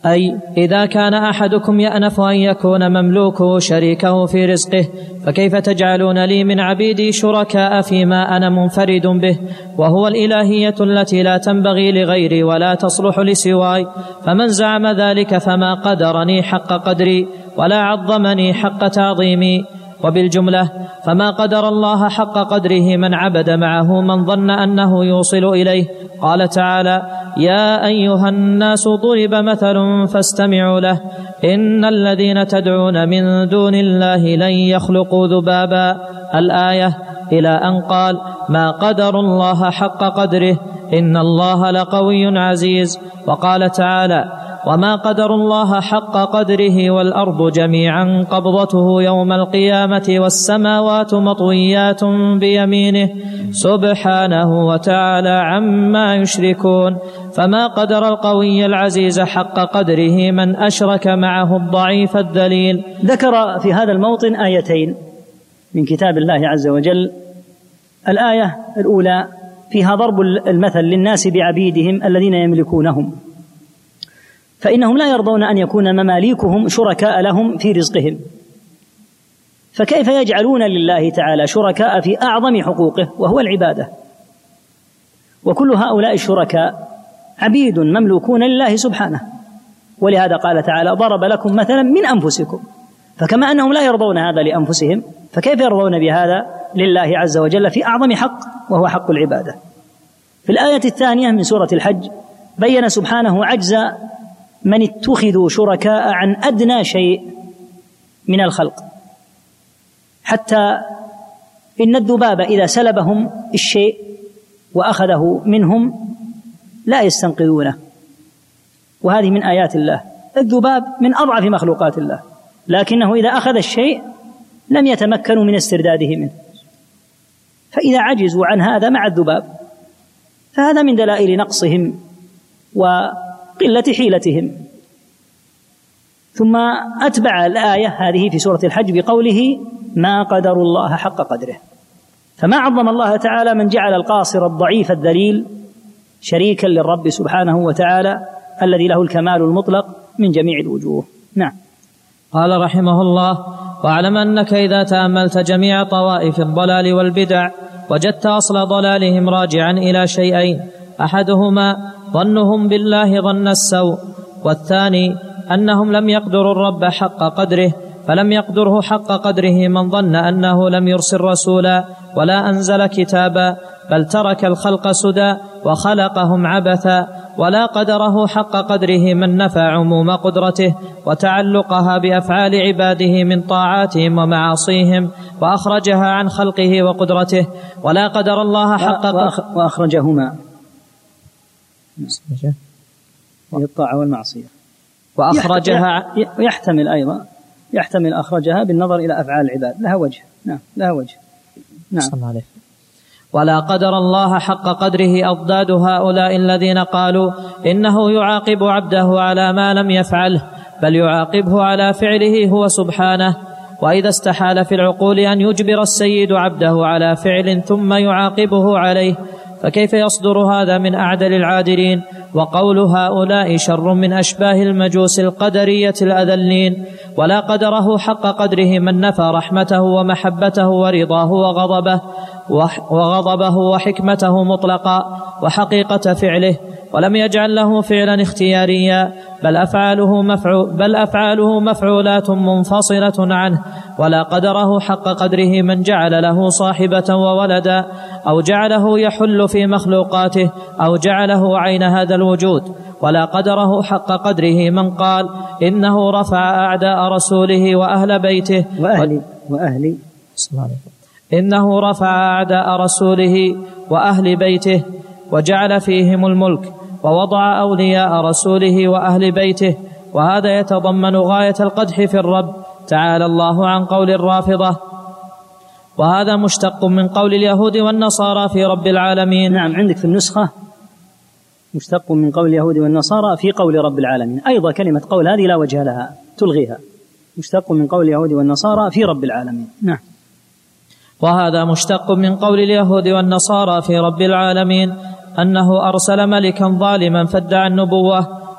أي إذا كان أحدكم يأنف أن يكون مملوكه شريكه في رزقه فكيف تجعلون لي من عبيدي شركاء فيما أنا منفرد به، وهو الإلهية التي لا تنبغي لغيري ولا تصلح لسواي. فمن زعم ذلك فما قدرني حق قدري ولا عظمني حق تعظيمي. وبالجملة فما قدر الله حق قدره من عبد معه من ظن أنه يوصل إليه. قال تعالى: يا أيها الناس ضرب مثل فاستمعوا له إن الذين تدعون من دون الله لن يخلقوا ذبابا، الآية، إلى أن قال: ما قدر الله حق قدره إن الله لقوي عزيز. وقال تعالى: وما قدر الله حق قدره والأرض جميعا قبضته يوم القيامة والسماوات مطويات بيمينه سبحانه وتعالى عما يشركون. فما قدر القوي العزيز حق قدره من أشرك معه الضعيف الذليل. ذكر في هذا الموطن آيتين من كتاب الله عز وجل. الآية الأولى فيها ضرب المثل للناس بعبيدهم الذين يملكونهم، فإنهم لا يرضون أن يكون مماليكهم شركاء لهم في رزقهم، فكيف يجعلون لله تعالى شركاء في أعظم حقوقه وهو العبادة؟ وكل هؤلاء الشركاء عبيد مملوكون لله سبحانه، ولهذا قال تعالى: ضرب لكم مثلا من أنفسكم. فكما أنهم لا يرضون هذا لأنفسهم فكيف يرضون بهذا لله عز وجل في أعظم حق وهو حق العبادة؟ في الآية الثانية من سورة الحج بين سبحانه عجز من اتخذوا شركاء عن أدنى شيء من الخلق، حتى إن الذباب إذا سلبهم الشيء وأخذه منهم لا يستنقذونه، وهذه من آيات الله. الذباب من أضعف مخلوقات الله، لكنه إذا أخذ الشيء لم يتمكنوا من استرداده منه، فإذا عجزوا عن هذا مع الذباب فهذا من دلائل نقصهم وقلة حيلتهم. ثم أتبع الآية هذه في سورة الحج بقوله: ما قدر الله حق قدره. فما عظم الله تعالى من جعل القاصر الضعيف الذليل شريكا للرب سبحانه وتعالى الذي له الكمال المطلق من جميع الوجوه. نعم. قال رحمه الله: واعلم أنك إذا تأملت جميع طوائف الضلال والبدع وجدت أصل ضلالهم راجعا إلى شيئين: أحدهما ظنهم بالله ظن السوء، والثاني أنهم لم يقدروا الرب حق قدره، فلم يقدره حق قدره من ظن أنه لم يرسل رسولا ولا أنزل كتابا، بل ترك الخلق سدى وخلقهم عبثا، ولا قدره حق قدره من نفى عموم قدرته وتعلقها بأفعال عباده من طاعاتهم ومعاصيهم وأخرجها عن خلقه وقدرته، ولا قدر الله حق وأخ وأخرجهما هي الطاعة والمعصية، وأخرجها يحتمل أيضا يحتمل أخرجها بالنظر إلى أفعال العباد، لها وجه. نعم لها وجه. نعم. ولا قدر الله حق قدره أضداد هؤلاء الذين قالوا إنه يعاقب عبده على ما لم يفعله، بل يعاقبه على فعله هو سبحانه. وإذا استحال في العقول أن يجبر السيد عبده على فعل ثم يعاقبه عليه، فكيف يصدر هذا من أعدل العادلين؟ وقول هؤلاء شر من أشباه المجوس القدرية الأذلين. ولا قدره حق قدره من نفى رحمته ومحبته ورضاه وغضبه وغضبه وحكمته مطلقا وحقيقة فعله، ولم يجعل له فعلا اختياريا، بل أفعاله, مفعول بل أفعاله مفعولات منفصلة عنه. ولا قدره حق قدره من جعل له صاحبة وولدا، أو جعله يحل في مخلوقاته، أو جعله عين هذا الوجود. ولا قدره حق قدره من قال إنه رفع أعداء رسوله وأهل بيته وأهل, وأهل إنه رفع أعداء رسوله وأهل بيته وجعل فيهم الملك، ووضع أولياء رسوله وأهل بيته، وهذا يتضمن غاية القدح في الرب تعالى الله عن قول الرافضة، وهذا مشتق من قول اليهود والنصارى في رب العالمين. نعم، عندك في النسخة مشتق من قول اليهود والنصارى في قول رب العالمين. أيضا كلمة قول هذه لا وجه لها، تلغيها. مشتق من قول اليهود والنصارى في رب العالمين. نعم. وهذا مشتق من قول اليهود والنصارى في رب العالمين أنه أرسل ملكا ظالما فادعى النبوة،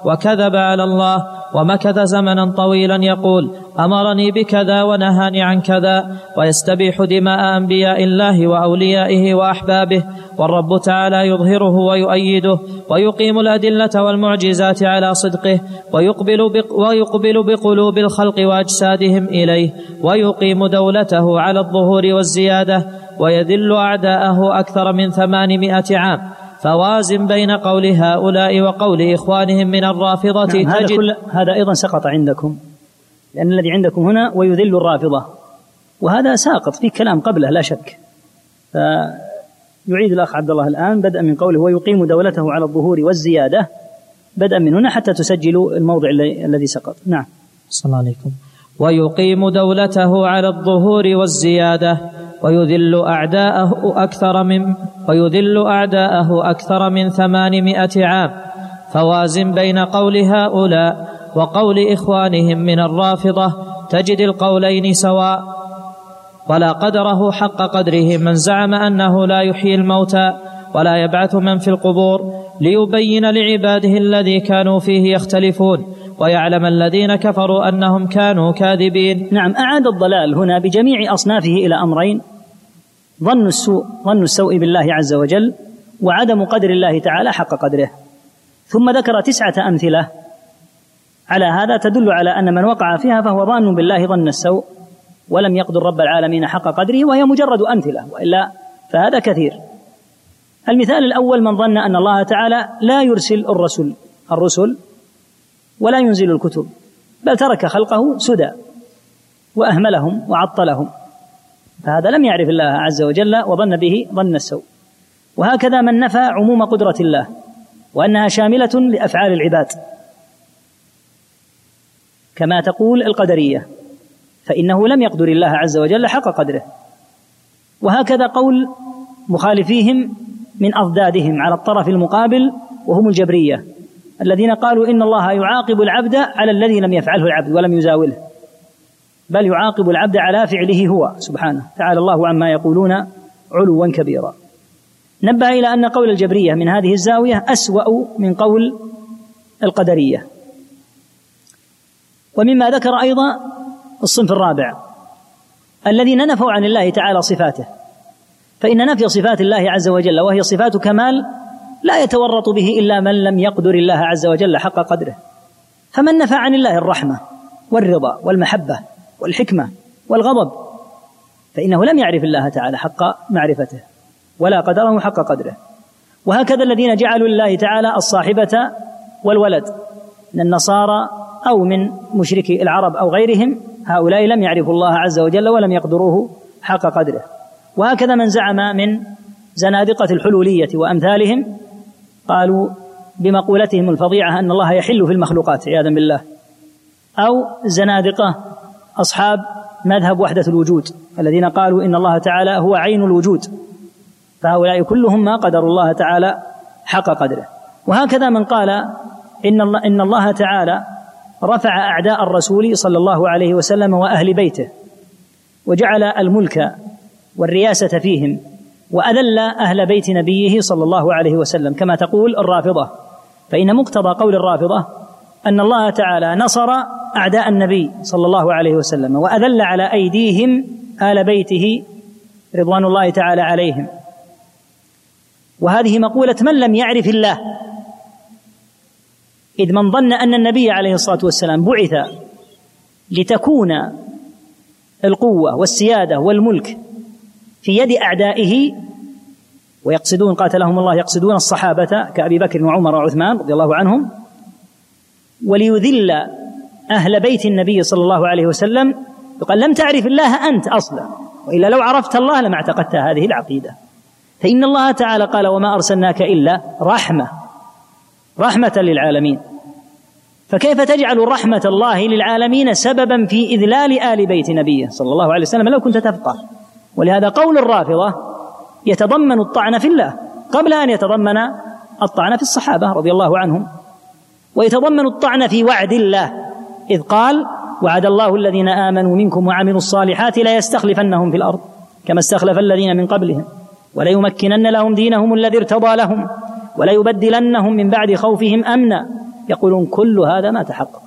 وكذب على الله، ومكث زمنا طويلا يقول أمرني بكذا ونهاني عن كذا، ويستبيح دماء أنبياء الله وأوليائه وأحبابه، والرب تعالى يظهره ويؤيده ويقيم الأدلة والمعجزات على صدقه، ويقبل, بق ويقبل بقلوب الخلق وأجسادهم إليه، ويقيم دولته على الظهور والزيادة، ويذل أعداءه أكثر من ثمانمائة عام. فوازن بين قول هؤلاء وقول إخوانهم من الرافضة. نعم، هذا, كل هذا أيضا سقط عندكم، لأن الذي عندكم هنا ويذل الرافضة، وهذا ساقط في كلام قبله لا شك. فيعيد الأخ عبد الله الآن بدءا من قوله ويقيم دولته على الظهور والزيادة، بدءا من هنا حتى تسجلوا الموضع الذي سقط. نعم. صلى الله عليكم. ويقيم دولته على الظهور والزيادة، ويذل أعداءه أكثر من ويذل أعداءه أكثر من ثمانمائة عام. فوازن بين قول هؤلاء وقول إخوانهم من الرافضة، تجد القولين سواء، ولا قدره حق قدره من زعم أنه لا يحيي الموتى ولا يبعث من في القبور، ليبين لعباده الذي كانوا فيه يختلفون، ويعلم الذين كفروا أنهم كانوا كاذبين. نعم، أعاد الضلال هنا بجميع أصنافه إلى أمرين: ظن السوء ظن السوء بالله عز وجل، وعدم قدر الله تعالى حق قدره. ثم ذكر تسعة أمثلة على هذا تدل على أن من وقع فيها فهو ظان بالله ظن السوء ولم يقدر رب العالمين حق قدره، وهي مجرد أمثلة، وإلا فهذا كثير. المثال الأول: من ظن أن الله تعالى لا يرسل الرسل الرسل ولا ينزل الكتب، بل ترك خلقه سدى وأهملهم وعطلهم، فهذا لم يعرف الله عز وجل وظن به ظن السوء. وهكذا من نفى عموم قدرة الله وأنها شاملة لأفعال العباد كما تقول القدرية، فإنه لم يقدر الله عز وجل حق قدره. وهكذا قول مخالفيهم من أضدادهم على الطرف المقابل، وهم الجبرية الذين قالوا إن الله يعاقب العبد على الذي لم يفعله العبد ولم يزاوله، بل يعاقب العبد على فعله هو سبحانه، تعالى الله عما يقولون علوا كبيرا. نبه إلى أن قول الجبرية من هذه الزاوية أسوأ من قول القدرية. ومما ذكر أيضا الصنف الرابع الذين نفوا عن الله تعالى صفاته، فإن نفي صفات الله عز وجل وهي صفات كمال لا يتورط به إلا من لم يقدر الله عز وجل حق قدره. فمن نفى عن الله الرحمة والرضا والمحبة والحكمة والغضب فإنه لم يعرف الله تعالى حق معرفته ولا قدره حق قدره. وهكذا الذين جعلوا لله تعالى الصاحبة والولد من النصارى أو من مشركي العرب أو غيرهم، هؤلاء لم يعرفوا الله عز وجل ولم يقدروه حق قدره. وهكذا من زعم من زنادقة الحلولية وأمثالهم، قالوا بمقولتهم الفظيعة أن الله يحل في المخلوقات عياذا بالله، أو زنادقة أصحاب مذهب وحدة الوجود الذين قالوا إن الله تعالى هو عين الوجود، فهؤلاء كلهم ما قدروا الله تعالى حق قدره. وهكذا من قال إن الله, إن الله تعالى رفع أعداء الرسول صلى الله عليه وسلم وأهل بيته وجعل الملك والرياسة فيهم وأذل أهل بيت نبيه صلى الله عليه وسلم كما تقول الرافضة، فإن مقتضى قول الرافضة أن الله تعالى نصر أعداء النبي صلى الله عليه وسلم وأذل على أيديهم آل بيته رضوان الله تعالى عليهم. وهذه مقولة من لم يعرف الله، إذ من ظن أن النبي عليه الصلاة والسلام بعث لتكون القوة والسيادة والملك في يد أعدائه، ويقصدون قاتلهم الله يقصدون الصحابة كأبي بكر وعمر وعثمان رضي الله عنهم، وليذل أهل بيت النبي صلى الله عليه وسلم، يقال لم تعرف الله أنت أصلا، وإلا لو عرفت الله لما اعتقدت هذه العقيدة. فإن الله تعالى قال وما أرسلناك إلا رحمة رحمة للعالمين، فكيف تجعل رحمة الله للعالمين سببا في إذلال آل بيت نبيه صلى الله عليه وسلم لو كنت تفقه؟ ولهذا قول الرافضة يتضمن الطعن في الله قبل أن يتضمن الطعن في الصحابة رضي الله عنهم، ويتضمن الطعن في وعد الله إذ قال وعد الله الذين آمنوا منكم وعملوا الصالحات لا يستخلفنهم في الأرض كما استخلف الذين من قبلهم وليمكنن لهم دينهم الذي ارتضى لهم وليبدلنهم من بعد خوفهم أمنا يقولون كل هذا ما تحقق.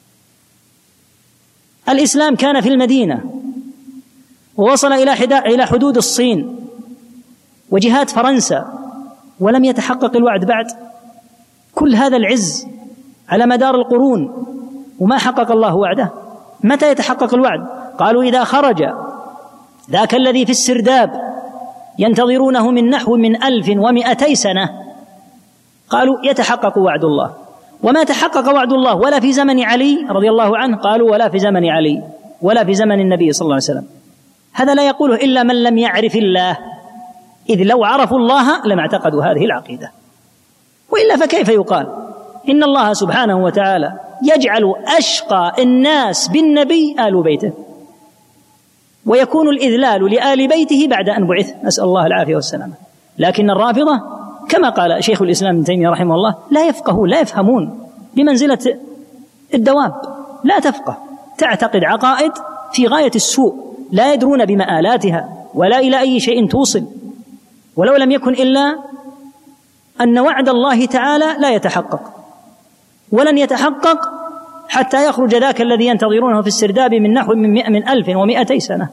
الإسلام كان في المدينة ووصل إلى حدود الصين وجهات فرنسا ولم يتحقق الوعد بعد. كل هذا العز على مدار القرون وما حقق الله وعده. متى يتحقق الوعد؟ قالوا إذا خرج ذاك الذي في السرداب ينتظرونه من نحو من ألف ومئتي سنة، قالوا يتحقق وعد الله. وما تحقق وعد الله ولا في زمن علي رضي الله عنه، قالوا ولا في زمن علي ولا في زمن النبي صلى الله عليه وسلم. هذا لا يقوله إلا من لم يعرف الله، إذ لو عرفوا الله لما اعتقدوا هذه العقيدة. وإلا فكيف يقال إن الله سبحانه وتعالى يجعل أشقى الناس بالنبي آل بيته، ويكون الإذلال لآل بيته بعد أن بعث، نسأل الله العافية والسلامة. لكن الرافضة كما قال شيخ الإسلام ابن تيمية رحمه الله لا يفقهون، لا يفهمون، بمنزلة الدواب، لا تفقه، تعتقد عقائد في غاية السوء، لا يدرون بمآلاتها ولا إلى أي شيء توصل، ولو لم يكن إلا أن وعد الله تعالى لا يتحقق، ولن يتحقق حتى يخرج ذاك الذي ينتظرونه في السرداب من نحو من, من ألف ومئتي سنة.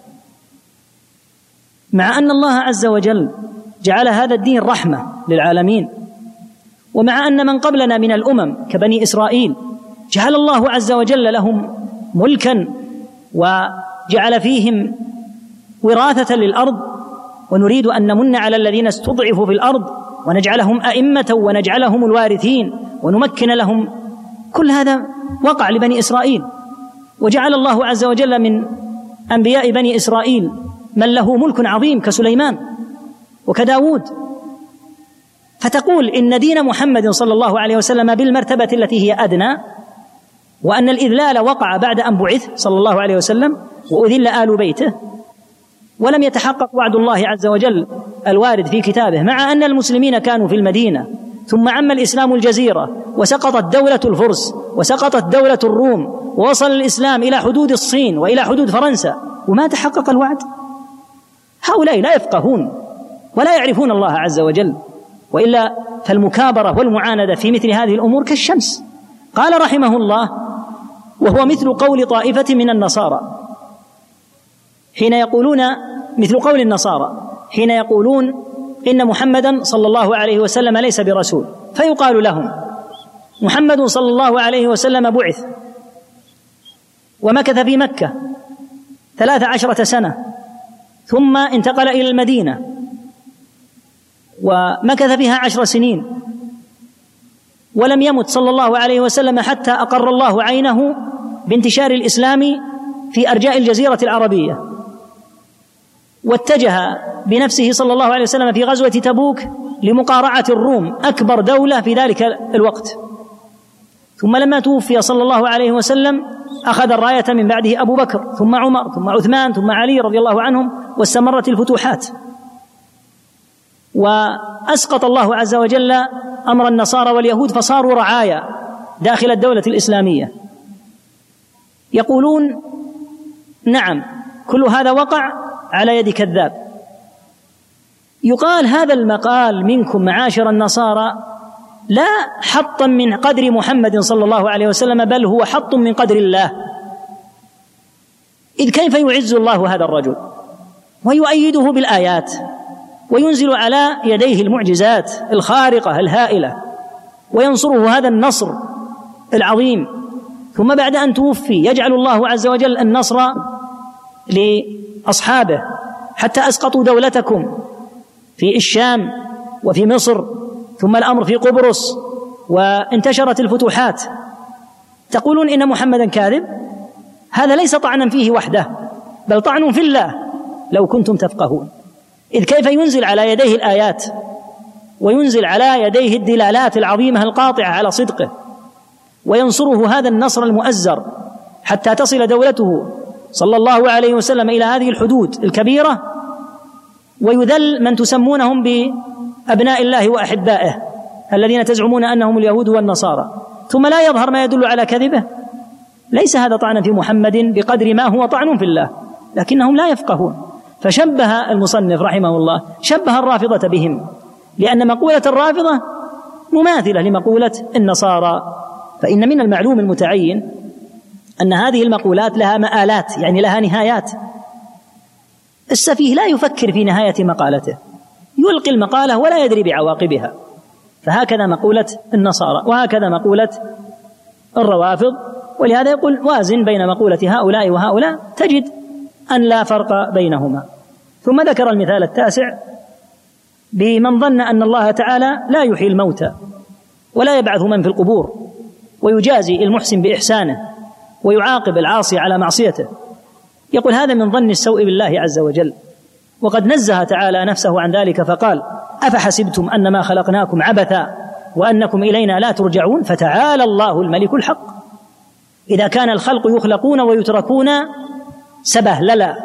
مع أن الله عز وجل جعل هذا الدين رحمة للعالمين، ومع أن من قبلنا من الأمم كبني إسرائيل جعل الله عز وجل لهم ملكا وجعل فيهم وراثة للأرض، ونريد أن نمن على الذين استضعفوا في الأرض ونجعلهم أئمة ونجعلهم الوارثين ونمكن لهم. كل هذا وقع لبني إسرائيل، وجعل الله عز وجل من أنبياء بني إسرائيل من له ملك عظيم كسليمان وكداود. فتقول إن دين محمد صلى الله عليه وسلم بالمرتبة التي هي أدنى، وأن الإذلال وقع بعد أن بعث صلى الله عليه وسلم وأذل آل بيته، ولم يتحقق وعد الله عز وجل الوارد في كتابه، مع أن المسلمين كانوا في المدينة، ثم عم الإسلام الجزيرة وسقطت دولة الفرس وسقطت دولة الروم، ووصل الإسلام إلى حدود الصين وإلى حدود فرنسا وما تحقق الوعد. هؤلاء لا يفقهون ولا يعرفون الله عز وجل، وإلا فالمكابرة والمعاندة في مثل هذه الأمور كالشمس. قال رحمه الله: وهو مثل قول طائفة من النصارى حين يقولون مثل قول النصارى حين يقولون إن محمدا صلى الله عليه وسلم ليس برسول، فيقال لهم: محمد صلى الله عليه وسلم بعث ومكث في مكة ثلاث عشرة سنة، ثم انتقل إلى المدينة ومكث فيها عشر سنين، ولم يمت صلى الله عليه وسلم حتى أقر الله عينه بانتشار الإسلام في أرجاء الجزيرة العربية، واتجه بنفسه صلى الله عليه وسلم في غزوة تبوك لمقارعة الروم أكبر دولة في ذلك الوقت. ثم لما توفي صلى الله عليه وسلم أخذ الراية من بعده أبو بكر ثم عمر ثم عثمان ثم علي رضي الله عنهم، واستمرت الفتوحات، وأسقط الله عز وجل أمر النصارى واليهود فصاروا رعايا داخل الدولة الإسلامية. يقولون: نعم، كل هذا وقع على يد كذاب. يقال هذا المقال منكم معاشر النصارى لا حطا من قدر محمد صلى الله عليه وسلم، بل هو حط من قدر الله. إذ كيف يعز الله هذا الرجل ويؤيده بالآيات وينزل على يديه المعجزات الخارقة الهائلة وينصره هذا النصر العظيم، ثم بعد أن توفي يجعل الله عز وجل النصر لأصحابه حتى أسقطوا دولتكم في الشام وفي مصر، ثم الأمر في قبرص، وانتشرت الفتوحات. تقولون إن محمدا كاذب؟ هذا ليس طعنا فيه وحده، بل طعن في الله لو كنتم تفقهون. إذ كيف ينزل على يديه الآيات وينزل على يديه الدلالات العظيمة القاطعة على صدقه، وينصره هذا النصر المؤزر حتى تصل دولته صلى الله عليه وسلم إلى هذه الحدود الكبيرة، ويذل من تسمونهم بأبناء الله وأحبائه الذين تزعمون أنهم اليهود والنصارى، ثم لا يظهر ما يدل على كذبه. ليس هذا طعنا في محمد بقدر ما هو طعن في الله، لكنهم لا يفقهون. فشبه المصنف رحمه الله شبه الرافضة بهم، لأن مقولة الرافضة مماثلة لمقولة النصارى فإن من المعلوم المتعين أن هذه المقولات لها مآلات، يعني لها نهايات. السفيه لا يفكر في نهاية مقالته، يلقي المقالة ولا يدري بعواقبها. فهكذا مقولة النصارى، وهكذا مقولة الروافض. ولهذا يقول وازن بين مقولة هؤلاء وهؤلاء تجد أن لا فرق بينهما. ثم ذكر المثال التاسع بمن ظن أن الله تعالى لا يحيي الموتى ولا يبعث من في القبور ويجازي المحسن بإحسانه ويعاقب العاصي على معصيته. يقول هذا من ظن السوء بالله عز وجل، وقد نزه تعالى نفسه عن ذلك فقال أفحسبتم أنما خلقناكم عبثا وأنكم إلينا لا ترجعون فتعالى الله الملك الحق. إذا كان الخلق يخلقون ويتركون سبهللا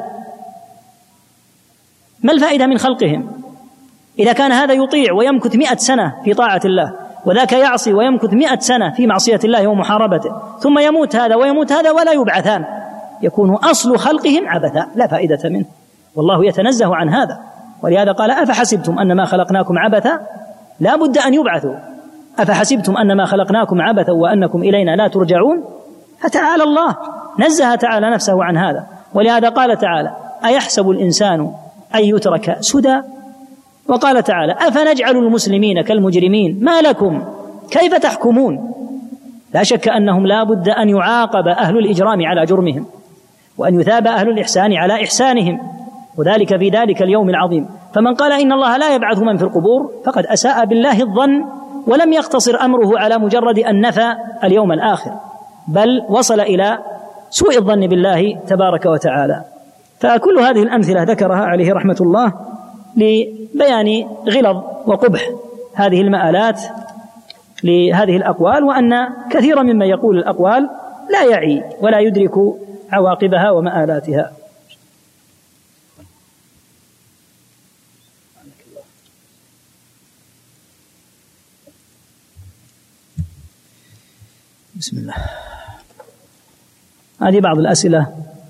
ما الفائدة من خلقهم؟ إذا كان هذا يطيع ويمكث مئة سنة في طاعة الله وذاك يعصي ويمكث مئة سنة في معصية الله ومحاربته، ثم يموت هذا ويموت هذا ولا يبعثان، يكون أصل خلقهم عبثا لا فائدة منه، والله يتنزه عن هذا. ولهذا قال أفحسبتم أنما خلقناكم عبثا، لا بد أن يبعثوا. أفحسبتم أنما خلقناكم عبثا وأنكم إلينا لا ترجعون، فتعالى الله، نزه تعالى نفسه عن هذا. ولهذا قال تعالى أيحسب الإنسان أن يترك سدى، وقال تعالى أفنجعل المسلمين كالمجرمين ما لكم كيف تحكمون. لا شك أنهم لا بد أن يعاقب أهل الإجرام على جرمهم وأن يثاب أهل الإحسان على إحسانهم، وذلك في ذلك اليوم العظيم. فمن قال إن الله لا يبعث من في القبور فقد أساء بالله الظن، ولم يقتصر أمره على مجرد أن نفى اليوم الآخر، بل وصل إلى سوء الظن بالله تبارك وتعالى. فكل هذه الأمثلة ذكرها عليه رحمة الله لبيان غلظ وقبح هذه المآلات لهذه الأقوال، وأن كثيرا مما يقول الأقوال لا يعي ولا يدرك عواقبها ومآلاتها. بسم الله. هذه بعض الأسئلة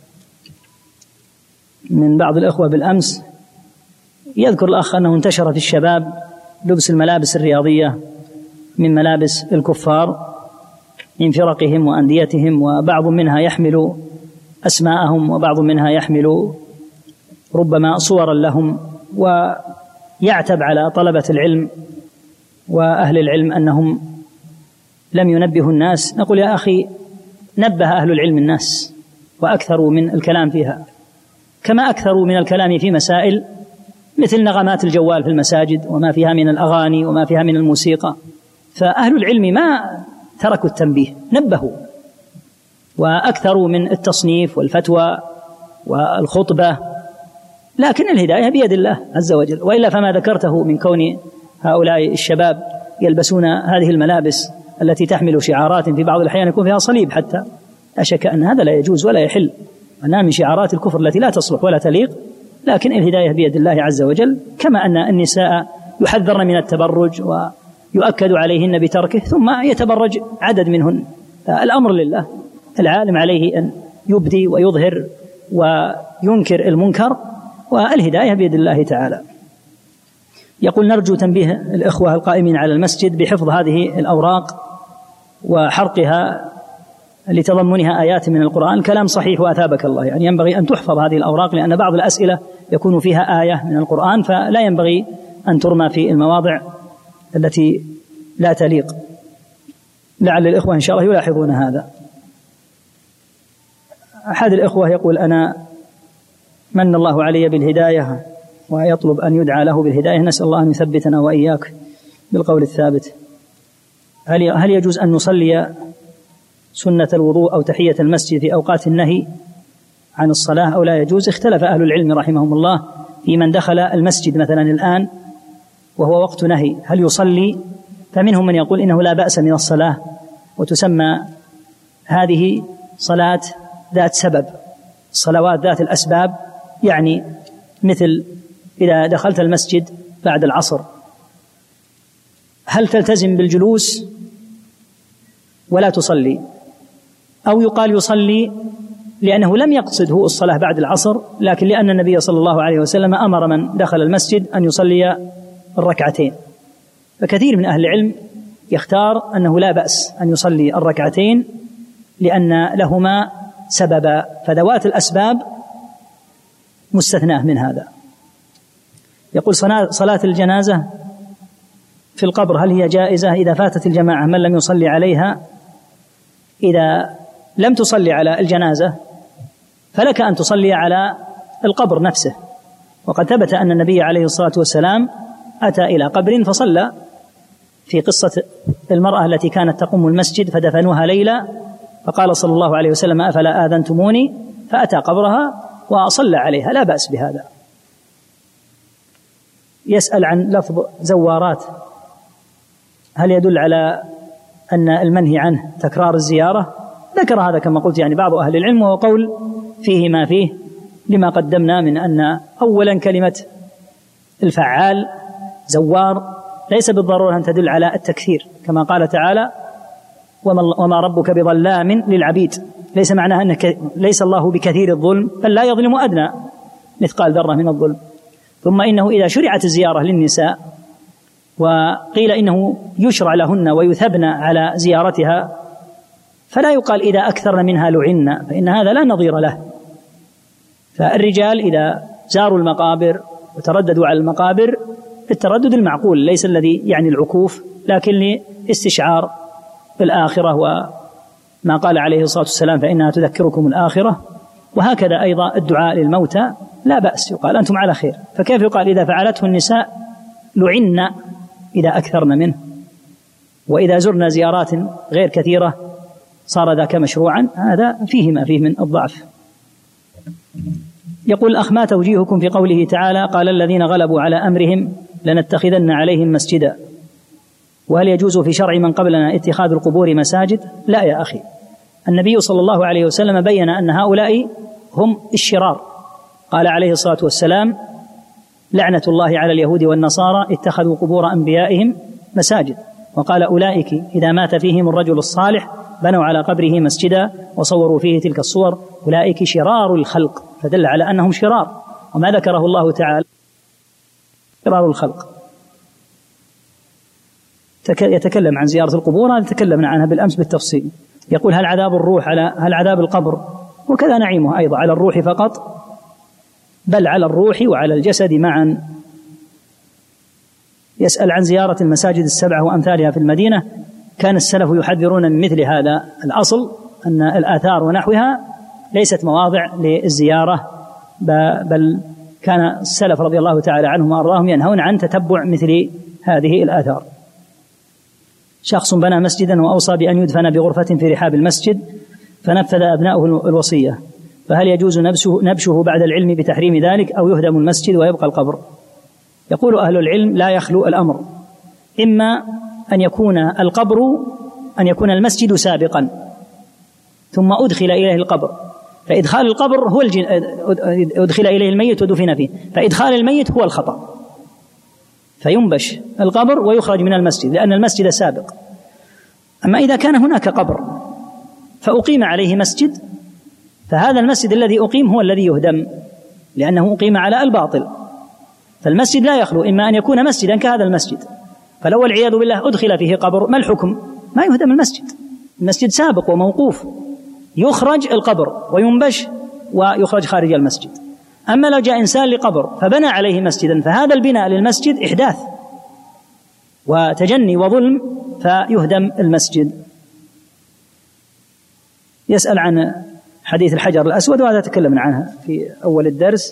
من بعض الأخوة بالأمس. يذكر الأخ أنه انتشر في الشباب لبس الملابس الرياضية من ملابس الكفار من فرقهم وأنديتهم، وبعض منها يحمل أسماءهم وبعض منها يحمل ربما صورا لهم، ويعتب على طلبة العلم وأهل العلم أنهم لم ينبهوا الناس. نقول يا أخي نبه أهل العلم الناس وأكثروا من الكلام فيها، كما أكثروا من الكلام في مسائل مثل نغمات الجوال في المساجد وما فيها من الأغاني وما فيها من الموسيقى. فأهل العلم ما تركوا التنبيه، نبهوا وأكثروا من التصنيف والفتوى والخطبة، لكن الهداية بيد الله عز وجل. وإلا فما ذكرته من كون هؤلاء الشباب يلبسون هذه الملابس التي تحمل شعارات في بعض الأحيان يكون فيها صليب حتى، لا شك أن هذا لا يجوز ولا يحل، أنها من شعارات الكفر التي لا تصلح ولا تليق. لكن الهداية بيد الله عز وجل، كما أن النساء يحذرن من التبرج ويؤكد عليهن بتركه ثم يتبرج عدد منهن. الأمر لله، العالم عليه أن يبدي ويظهر وينكر المنكر، والهداية بيد الله تعالى. يقول نرجو تنبيه الإخوة القائمين على المسجد بحفظ هذه الأوراق وحرقها لتضمنها آيات من القرآن. كلام صحيح وأثابك الله، يعني ينبغي أن تحفظ هذه الأوراق، لأن بعض الأسئلة يكون فيها آية من القرآن، فلا ينبغي أن ترمى في المواضع التي لا تليق. لعل الإخوة إن شاء الله يلاحظون هذا. أحد الإخوة يقول أنا من الله علي بالهداية ويطلب أن يدعى له بالهداية، نسأل الله أن يثبتنا وإياك بالقول الثابت. هل هل يجوز أن نصلي سنة الوضوء أو تحية المسجد في أوقات النهي عن الصلاة أو لا يجوز؟ اختلف أهل العلم رحمهم الله في من دخل المسجد مثلا الآن وهو وقت نهي هل يصلي؟ فمنهم من يقول إنه لا بأس من الصلاة، وتسمى هذه صلاة ذات سبب، صلوات ذات الأسباب، يعني مثل إذا دخلت المسجد بعد العصر هل تلتزم بالجلوس ولا تصلي، أو يقال يصلي لأنه لم يقصد هو الصلاة بعد العصر، لكن لأن النبي صلى الله عليه وسلم أمر من دخل المسجد أن يصلي الركعتين. فكثير من أهل العلم يختار أنه لا بأس أن يصلي الركعتين لأن لهما سببا، فذوات الأسباب مستثناه من هذا. يقول صلاة الجنازة في القبر هل هي جائزة إذا فاتت الجماعة من لم يصلي عليها؟ إذا لم تصلي على الجنازة فلك أن تصلي على القبر نفسه، وقد ثبت أن النبي عليه الصلاة والسلام أتى إلى قبر فصلى، في قصة المرأة التي كانت تقوم المسجد فدفنوها ليلة، فقال صلى الله عليه وسلم أفلا آذنتموني، فأتى قبرها وصلى عليها، لا بأس بهذا. يسأل عن لفظ زوارات، هل يدل على أن المنهي عنه تكرار الزيارة؟ ذكر هذا كما قلت يعني بعض أهل العلم، وهو قول فيه ما فيه لما قدمنا من أن أولا كلمة الفعال زوار ليس بالضرورة أن تدل على التكثير، كما قال تعالى وما ربك بظلام للعبيد، ليس معناه أن ليس الله بكثير الظلم، بل لا يظلم أدنى مثقال ذرة من الظلم. ثم إنه إذا شرعت الزيارة للنساء وقيل إنه يشرع لهن ويثبن على زيارتها، فلا يقال إذا أكثرن منها لعنا، فإن هذا لا نظير له. فالرجال إذا زاروا المقابر وترددوا على المقابر التردد المعقول، ليس الذي يعني العكوف، لكن لاستشعار الآخرة، وما قال عليه الصلاة والسلام فإنها تذكركم الآخرة. وهكذا أيضا الدعاء للموتى لا بأس، يقال أنتم على خير. فكيف يقال إذا فعلته النساء لعنا إذا أكثرن منه، وإذا زرنا زيارات غير كثيرة صار ذاك مشروعا؟ هذا فيه ما فيه من الضعف. يقول الأخ ما توجيهكم في قوله تعالى قال الذين غلبوا على أمرهم لنتخذن عليهم مسجدا، وهل يجوز في شرع من قبلنا اتخاذ القبور مساجد؟ لا يا أخي، النبي صلى الله عليه وسلم بين أن هؤلاء هم الشرار، قال عليه الصلاة والسلام لعنة الله على اليهود والنصارى اتخذوا قبور أنبيائهم مساجد، وقال أولئك إذا مات فيهم الرجل الصالح بنوا على قبره مسجدا وصوروا فيه تلك الصور أولئك شرار الخلق، فدل على أنهم شرار. وما ذكره الله تعالى شرار الخلق. يتكلم عن زيارة القبور، هذا تكلمنا عنها بالأمس بالتفصيل. يقول هل عذاب الروح على هل عذاب القبر وكذا نعيمه أيضا على الروح فقط، بل على الروح وعلى الجسد معا. يسأل عن زيارة المساجد السبعة وأمثالها في المدينة، كان السلف يحذرون من مثل هذا. الأصل أن الآثار ونحوها ليست مواضع للزيارة، بل كان السلف رضي الله تعالى عنهم وأرضاهم ينهون عن تتبع مثل هذه الآثار. شخص بنى مسجدا وأوصى بأن يدفن بغرفة في رحاب المسجد فنفذ أبناؤه الوصية، فهل يجوز نبشه, نبشه بعد العلم بتحريم ذلك أو يهدم المسجد ويبقى القبر؟ يقول أهل العلم لا يخلو الأمر، إما أن يكون القبر أن يكون المسجد سابقا ثم أدخل إليه القبر، فإدخال القبر هو الجن... أدخل إليه الميت ودفن فيه، فإدخال الميت هو الخطأ، فينبش القبر ويخرج من المسجد لأن المسجد سابق. أما إذا كان هناك قبر فأقيم عليه مسجد، فهذا المسجد الذي أقيم هو الذي يهدم لأنه أقيم على الباطل. فالمسجد لا يخلو، إما أن يكون مسجدا كهذا المسجد، فلو والعياذ بالله أدخل فيه قبر ما الحكم؟ ما يهدم المسجد، المسجد سابق وموقوف، يخرج القبر وينبش ويخرج خارج المسجد. أما لو جاء إنسان لقبر فبنى عليه مسجدا، فهذا البناء للمسجد إحداث وتجني وظلم، فيهدم المسجد. يسأل عن حديث الحجر الأسود، وهذا تكلمنا عنها في أول الدرس.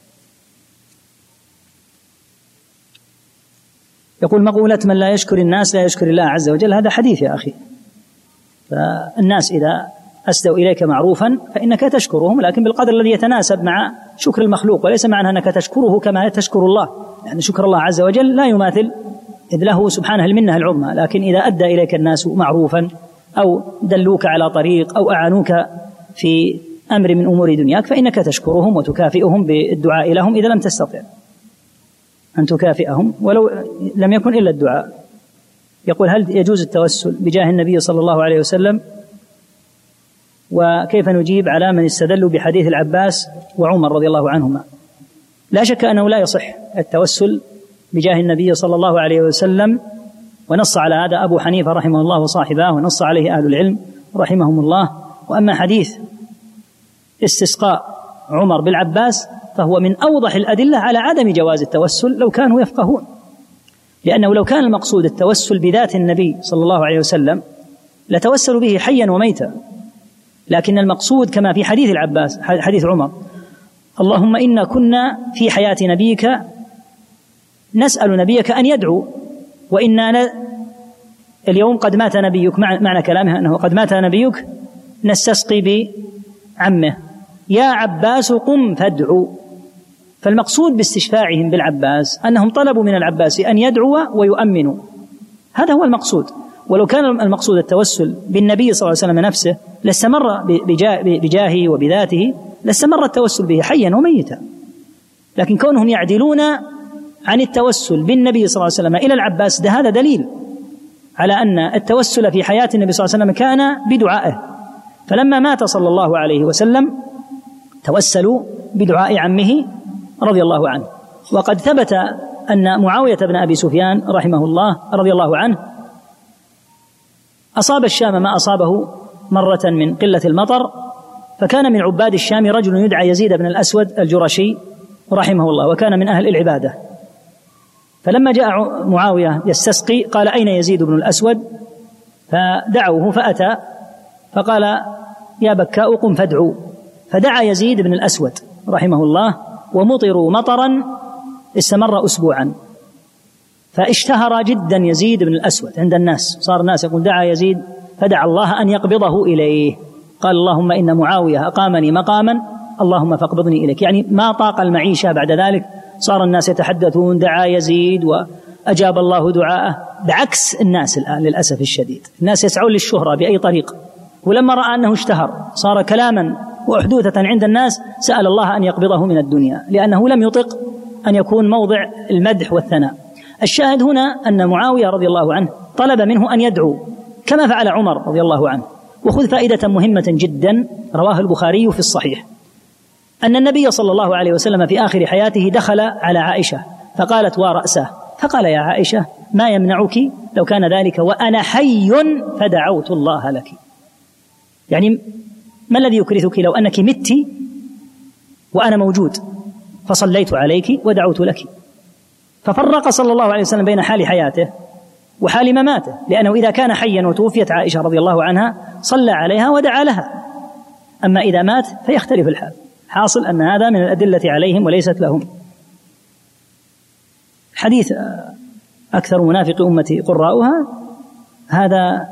يقول مقولة من لا يشكر الناس لا يشكر الله عز وجل، هذا حديث يا أخي. فالناس إذا أسدوا إليك معروفا فإنك تشكرهم، لكن بالقدر الذي يتناسب مع شكر المخلوق، وليس معنى أنك تشكره كما تشكر الله، لأن يعني شكر الله عز وجل لا يماثل، إذ له سبحانه المنة العظمى. لكن إذا أدى إليك الناس معروفا أو دلوك على طريق أو أعانوك في أمر من أمور دنياك فإنك تشكرهم وتكافئهم بالدعاء لهم إذا لم تستطع أن تكافئهم ولو لم يكن إلا الدعاء. يقول هل يجوز التوسل بجاه النبي صلى الله عليه وسلم، وكيف نجيب على من استدلوا بحديث العباس وعمر رضي الله عنهما؟ لا شك أنه لا يصح التوسل بجاه النبي صلى الله عليه وسلم ونص على هذا أبو حنيفة رحمه الله وصاحباه، ونص عليه أهل العلم رحمهم الله. وأما حديث استسقاء عمر بالعباس فهو من أوضح الأدلة على عدم جواز التوسل لو كانوا يفقهون، لأنه لو كان المقصود التوسل بذات النبي صلى الله عليه وسلم لتوسلوا به حيا وميتا، لكن المقصود كما في حديث العباس حديث عمر: اللهم إنا كنا في حياة نبيك نسأل نبيك أن يدعو، وإنا ن... اليوم قد مات نبيك، معنى كلامه أنه قد مات نبيك نستسقي بعمه، يا عباس قم فادعو. فالمقصود باستشفاعهم بالعباس أنهم طلبوا من العباس أن يدعو ويؤمنوا، هذا هو المقصود. ولو كان المقصود التوسل بالنبي صلى الله عليه وسلم نفسه لاستمر بجاهه وبذاته، لاستمر التوسل به حيا وميتا. لكن كونهم يعدلون عن التوسل بالنبي صلى الله عليه وسلم إلى العباس، ده هذا دليل على أن التوسل في حياة النبي صلى الله عليه وسلم كان بدعائه، فلما مات صلى الله عليه وسلم توسلوا بدعاء عمه رضي الله عنه. وقد ثبت أن معاوية بن أبي سفيان رحمه الله رضي الله عنه أصاب الشام ما أصابه مرة من قلة المطر، فكان من عباد الشام رجل يدعى يزيد بن الأسود الجرشي رحمه الله، وكان من أهل العبادة. فلما جاء معاوية يستسقي قال: أين يزيد بن الأسود؟ فدعوه فأتى فقال: يا بكاء قم فادعو. فدعا يزيد بن الأسود رحمه الله، ومطروا مطرا استمر أسبوعا، فاشتهر جدا يزيد بن الأسود عند الناس، صار الناس يقول: دعا يزيد فدعا الله أن يقبضه إليه. قال: اللهم إن معاوية أقامني مقاما اللهم فاقبضني إليك، يعني ما طاق المعيشة بعد ذلك. صار الناس يتحدثون: دعا يزيد وأجاب الله دعاءه، بعكس الناس الآن للأسف الشديد. الناس يسعون للشهرة بأي طريق، ولما رأى أنه اشتهر صار كلاما وأحدوثة عند الناس سأل الله أن يقبضه من الدنيا، لأنه لم يطق أن يكون موضع المدح والثناء. الشاهد هنا أن معاوية رضي الله عنه طلب منه أن يدعو كما فعل عمر رضي الله عنه. وخذ فائدة مهمة جدا رواه البخاري في الصحيح، أن النبي صلى الله عليه وسلم في آخر حياته دخل على عائشة فقالت: ورأسه، فقال: يا عائشة ما يمنعك لو كان ذلك وأنا حي فدعوت الله لك. يعني ما الذي يكرثك لو أنك مت وأنا موجود فصليت عليك ودعوت لك؟ ففرق صلى الله عليه وسلم بين حال حياته وحال مماته، لأنه إذا كان حيا وتوفيت عائشة رضي الله عنها صلى عليها ودعا لها، أما إذا مات فيختلف الحال. حاصل أن هذا من الأدلة عليهم وليست لهم. حديث أكثر منافق أمتي قراؤها، هذا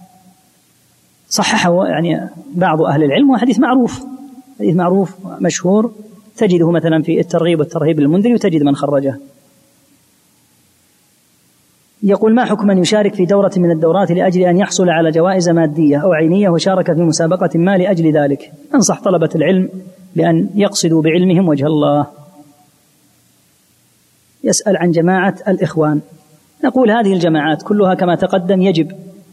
صححه يعني بعض أهل العلم، وحديث معروف، حديث معروف مشهور، تجده مثلا في الترغيب والترهيب للمنذري وتجد من خرجه. يقول: ما حكم من يشارك في دورة من الدورات لأجل أن يحصل على جوائز مادية أو عينية وشارك في مسابقة ما لأجل ذلك؟ أنصح طلبة العلم بأن يقصدوا بعلمهم وجه الله. يسأل عن جماعة الإخوان. نقول هذه الجماعات كلها كما تقدم يجب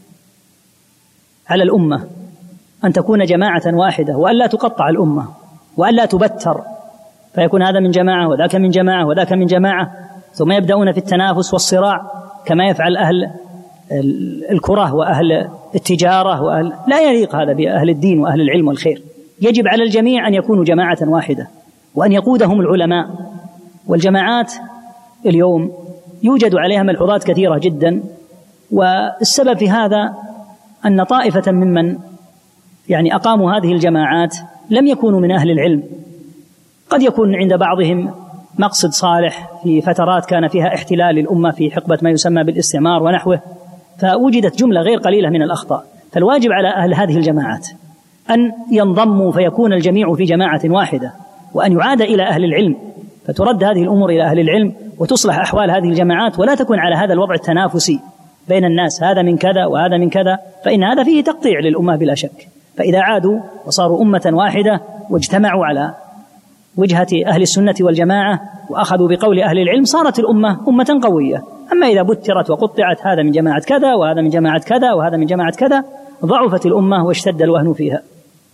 على الأمة أن تكون جماعة واحدة، وأن لا تقطع الأمة، وأن لا تبتر، فيكون هذا من جماعة وذاك من جماعة وذاك من جماعة، ثم يبدأون في التنافس والصراع كما يفعل أهل الكرة وأهل التجارة وأهل، لا يليق هذا بأهل الدين وأهل العلم والخير. يجب على الجميع أن يكونوا جماعة واحدة وأن يقودهم العلماء. والجماعات اليوم يوجد عليها ملحوظات كثيرة جدا، والسبب في هذا أن طائفة ممن يعني أقاموا هذه الجماعات لم يكونوا من أهل العلم. قد يكون عند بعضهم مقصد صالح في فترات كان فيها احتلال الأمة في حقبة ما يسمى بالاستعمار ونحوه، فوجدت جملة غير قليلة من الأخطاء. فالواجب على أهل هذه الجماعات أن ينضموا فيكون الجميع في جماعة واحدة، وأن يعاد إلى أهل العلم فترد هذه الأمور إلى أهل العلم وتصلح أحوال هذه الجماعات، ولا تكون على هذا الوضع التنافسي بين الناس، هذا من كذا وهذا من كذا، فإن هذا فيه تقطيع للأمة بلا شك. فإذا عادوا وصاروا أمة واحدة واجتمعوا على وجهة أهل السنة والجماعة وأخذوا بقول أهل العلم صارت الأمة أمة قوية. أما إذا بترت وقطعت هذا من جماعة كذا وهذا من جماعة كذا وهذا من جماعة كذا ضعفت الأمة واشتد الوهن فيها.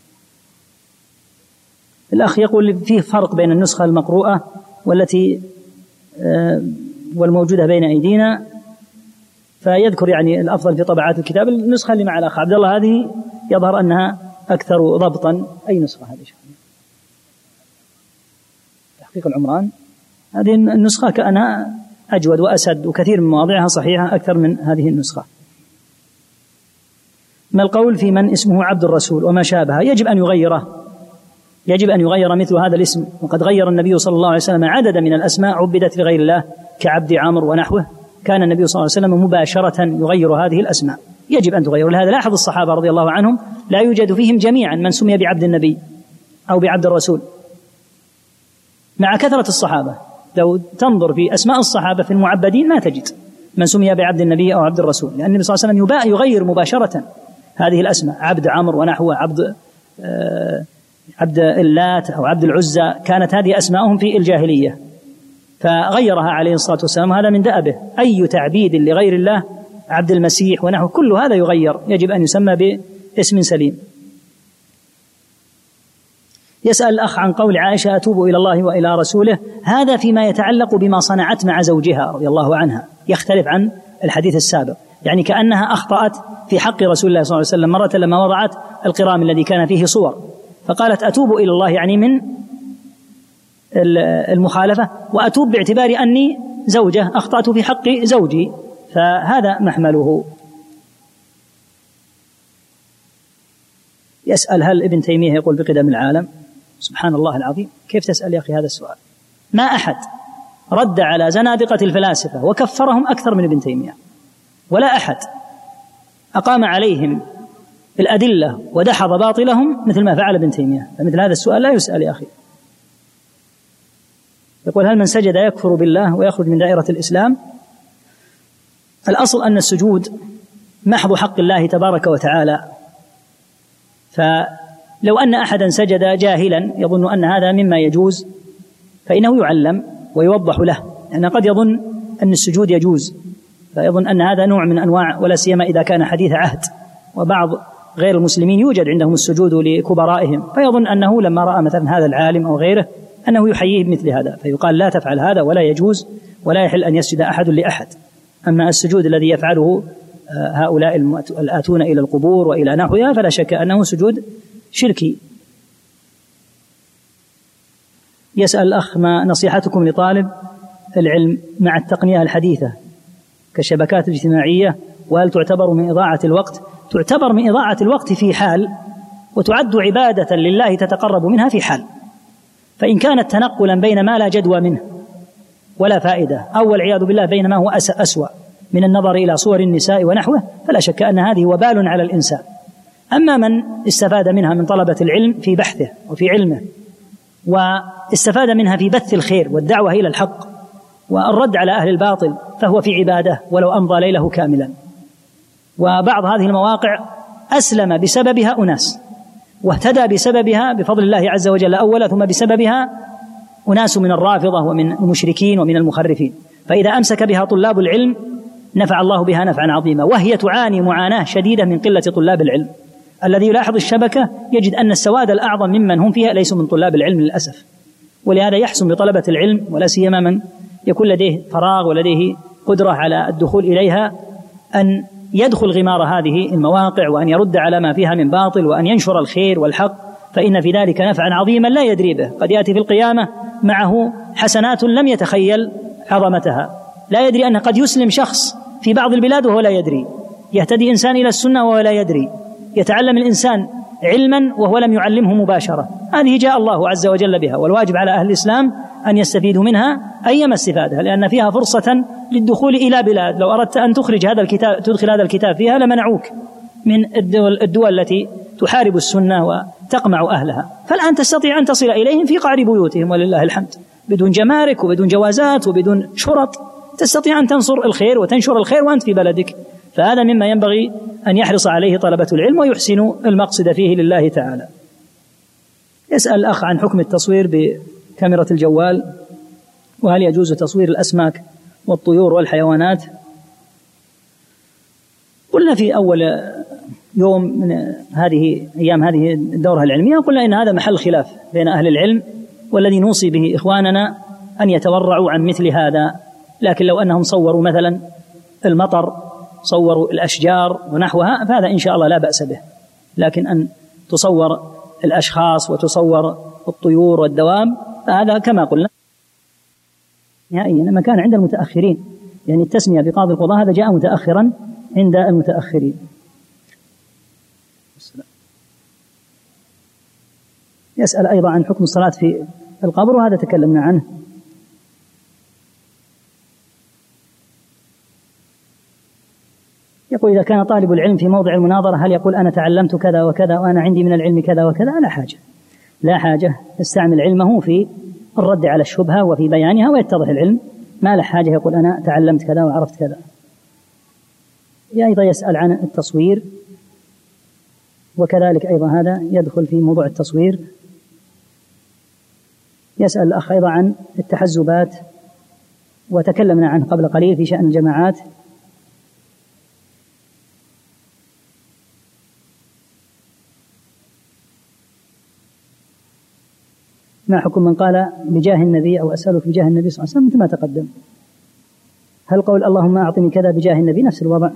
الأخ يقول فيه فرق بين النسخة المقروءة والتي والموجودة بين أيدينا، فيذكر يعني الأفضل في طبعات الكتاب النسخة اللي مع الأخ عبد الله، هذه يظهر أنها أكثر ضبطا. أي نسخة هذه؟ تحقيق العمران، هذه النسخة كأنها أجود وأسد، وكثير من مواضعها صحيحة أكثر من هذه النسخة. ما القول في من اسمه عبد الرسول وما شابه؟ يجب أن يغيره، يجب أن يغير مثل هذا الاسم، وقد غير النبي صلى الله عليه وسلم عددا من الأسماء عبدت لغير الله كعبد عمرو ونحوه. كان النبي صلى الله عليه وسلم مباشرة يغير هذه الأسماء، يجب أن تغير. لهذا لاحظ الصحابة رضي الله عنهم لا يوجد فيهم جميعا من سمي بعبد النبي أو بعبد الرسول، مع كثرة الصحابة. لو تنظر في أسماء الصحابة في المعبدين ما تجد من سمي بعبد النبي أو عبد الرسول، لأن النبي صلى الله عليه وسلم يغير مباشرة هذه الأسماء، عبد عمرو ونحوه، عبد آه عبد اللات أو عبد العزى، كانت هذه أسماءهم في الجاهلية فغيرها عليه الصلاة والسلام. هذا من دأبه، أي تعبيد لغير الله، عبد المسيح ونحو، كل هذا يغير، يجب أن يسمى باسم سليم. يسأل الأخ عن قول عائشة أتوب إلى الله وإلى رسوله، هذا فيما يتعلق بما صنعت مع زوجها رضي الله عنها، يختلف عن الحديث السابق، يعني كأنها أخطأت في حق رسول الله صلى الله عليه وسلم مرة لما وضعت القرام الذي كان فيه صور، فقالت أتوب إلى الله يعني من المخالفة، وأتوب باعتبار أني زوجة أخطأت في حق زوجي، فهذا محمله. يسأل هل ابن تيمية يقول بقدم العالم؟ سبحان الله العظيم، كيف تسأل يا أخي هذا السؤال؟ ما أحد رد على زنادقة الفلاسفة وكفرهم أكثر من ابن تيمية، ولا أحد أقام عليهم الأدلة ودحض باطلهم مثل ما فعل ابن تيمية، فمثل هذا السؤال لا يسأل يا أخي. يقول هل من سجد يكفر بالله ويخرج من دائرة الإسلام؟ الأصل أن السجود محض حق الله تبارك وتعالى، فلو أن أحدا سجد جاهلا يظن أن هذا مما يجوز فإنه يعلم ويوضح له، لأن قد يظن أن السجود يجوز فيظن أن هذا نوع من أنواع، ولا سيما إذا كان حديث عهد، وبعض غير المسلمين يوجد عندهم السجود لكبرائهم، فيظن أنه لما رأى مثلا هذا العالم أو غيره أنه يحييه بمثل هذا، فيقال لا تفعل هذا ولا يجوز ولا يحل أن يسجد أحد لأحد. أما السجود الذي يفعله هؤلاء الآتون إلى القبور وإلى نحوها فلا شك أنه سجود شركي. يسأل الأخ ما نصيحتكم لطالب العلم مع التقنية الحديثة كالشبكات الاجتماعية، وهل تعتبر من إضاعة الوقت؟ تعتبر من إضاعة الوقت في حال، وتعد عبادة لله تتقرب منها في حال. فإن كانت تنقلا بين ما لا جدوى منه ولا فائدة، أو والعياذ بالله بين ما هو أسوأ من النظر إلى صور النساء ونحوه، فلا شك أن هذه وبال على الإنسان. أما من استفاد منها من طلبة العلم في بحثه وفي علمه، واستفاد منها في بث الخير والدعوة إلى الحق والرد على أهل الباطل، فهو في عبادة ولو أمضى ليله كاملا. وبعض هذه المواقع أسلم بسببها أناس، واهتدى بسببها بفضل الله عز وجل أولا، ثم بسببها أناس من الرافضة ومن المشركين ومن المخرفين. فإذا أمسك بها طلاب العلم نفع الله بها نفعا عظيما، وهي تعاني معاناة شديدة من قلة طلاب العلم. الذي يلاحظ الشبكة يجد أن السواد الأعظم ممن هم فيها ليسوا من طلاب العلم للأسف. ولهذا يحسن بطلبة العلم، ولا سيما من يكون لديه فراغ ولديه قدرة على الدخول إليها، أن يدخل غمار هذه المواقع وأن يرد على ما فيها من باطل وأن ينشر الخير والحق، فإن في ذلك نفعا عظيما لا يدري به. قد يأتي في القيامة معه حسنات لم يتخيل عظمتها. لا يدري أن قد يسلم شخص في بعض البلاد وهو لا يدري، يهتدي إنسان إلى السنة وهو لا يدري، يتعلم الإنسان علما وهو لم يعلمه مباشرة. هذه جاء الله عز وجل بها، والواجب على أهل الإسلام أن يستفيدوا منها أيما استفادة، لأن فيها فرصة للدخول إلى بلاد لو أردت أن تخرج هذا الكتاب تدخل هذا الكتاب فيها لمنعوك من الدول, الدول التي تحارب السنة وتقمع أهلها. فالآن تستطيع أن تصل إليهم في قعر بيوتهم ولله الحمد، بدون جمارك وبدون جوازات وبدون شرط، تستطيع أن تنصر الخير وتنشر الخير وأنت في بلدك. فهذا مما ينبغي أن يحرص عليه طلبة العلم ويحسنوا المقصد فيه لله تعالى. يسأل الأخ عن حكم التصوير بكاميرا الجوال، وهل يجوز تصوير الأسماك والطيور والحيوانات؟ قلنا في أول يوم من هذه أيام هذه الدورة العلمية، قلنا إن هذا محل خلاف بين أهل العلم، والذي نوصي به إخواننا أن يتورعوا عن مثل هذا. لكن لو أنهم صوروا مثلا المطر صوروا الأشجار ونحوها فهذا إن شاء الله لا بأس به، لكن أن تصور الأشخاص وتصور الطيور والدواب فهذا كما قلنا نهائيا لما كان عند المتأخرين، يعني التسمية بقاضي القضاة هذا جاء متأخرا عند المتأخرين. يسأل أيضا عن حكم الصلاة في القبر وهذا تكلمنا عنه. يقول إذا كان طالب العلم في موضع المناظرة هل يقول أنا تعلمت كذا وكذا وأنا عندي من العلم كذا وكذا؟ لا حاجة، لا حاجة، يستعمل علمه في الرد على الشبهة وفي بيانها ويتضح العلم، ما له حاجة يقول أنا تعلمت كذا وعرفت كذا. أيضا يسأل عن التصوير وكذلك أيضا هذا يدخل في موضوع التصوير. يسأل الأخ أيضا عن التحزبات وتكلمنا عنه قبل قليل في شأن الجماعات. ما حكم من قال بجاه النبي أو أسألك بجاه النبي صلى الله عليه وسلم مثل ما تقدم؟ هل قول اللهم أعطني كذا بجاه النبي نفس الوضع؟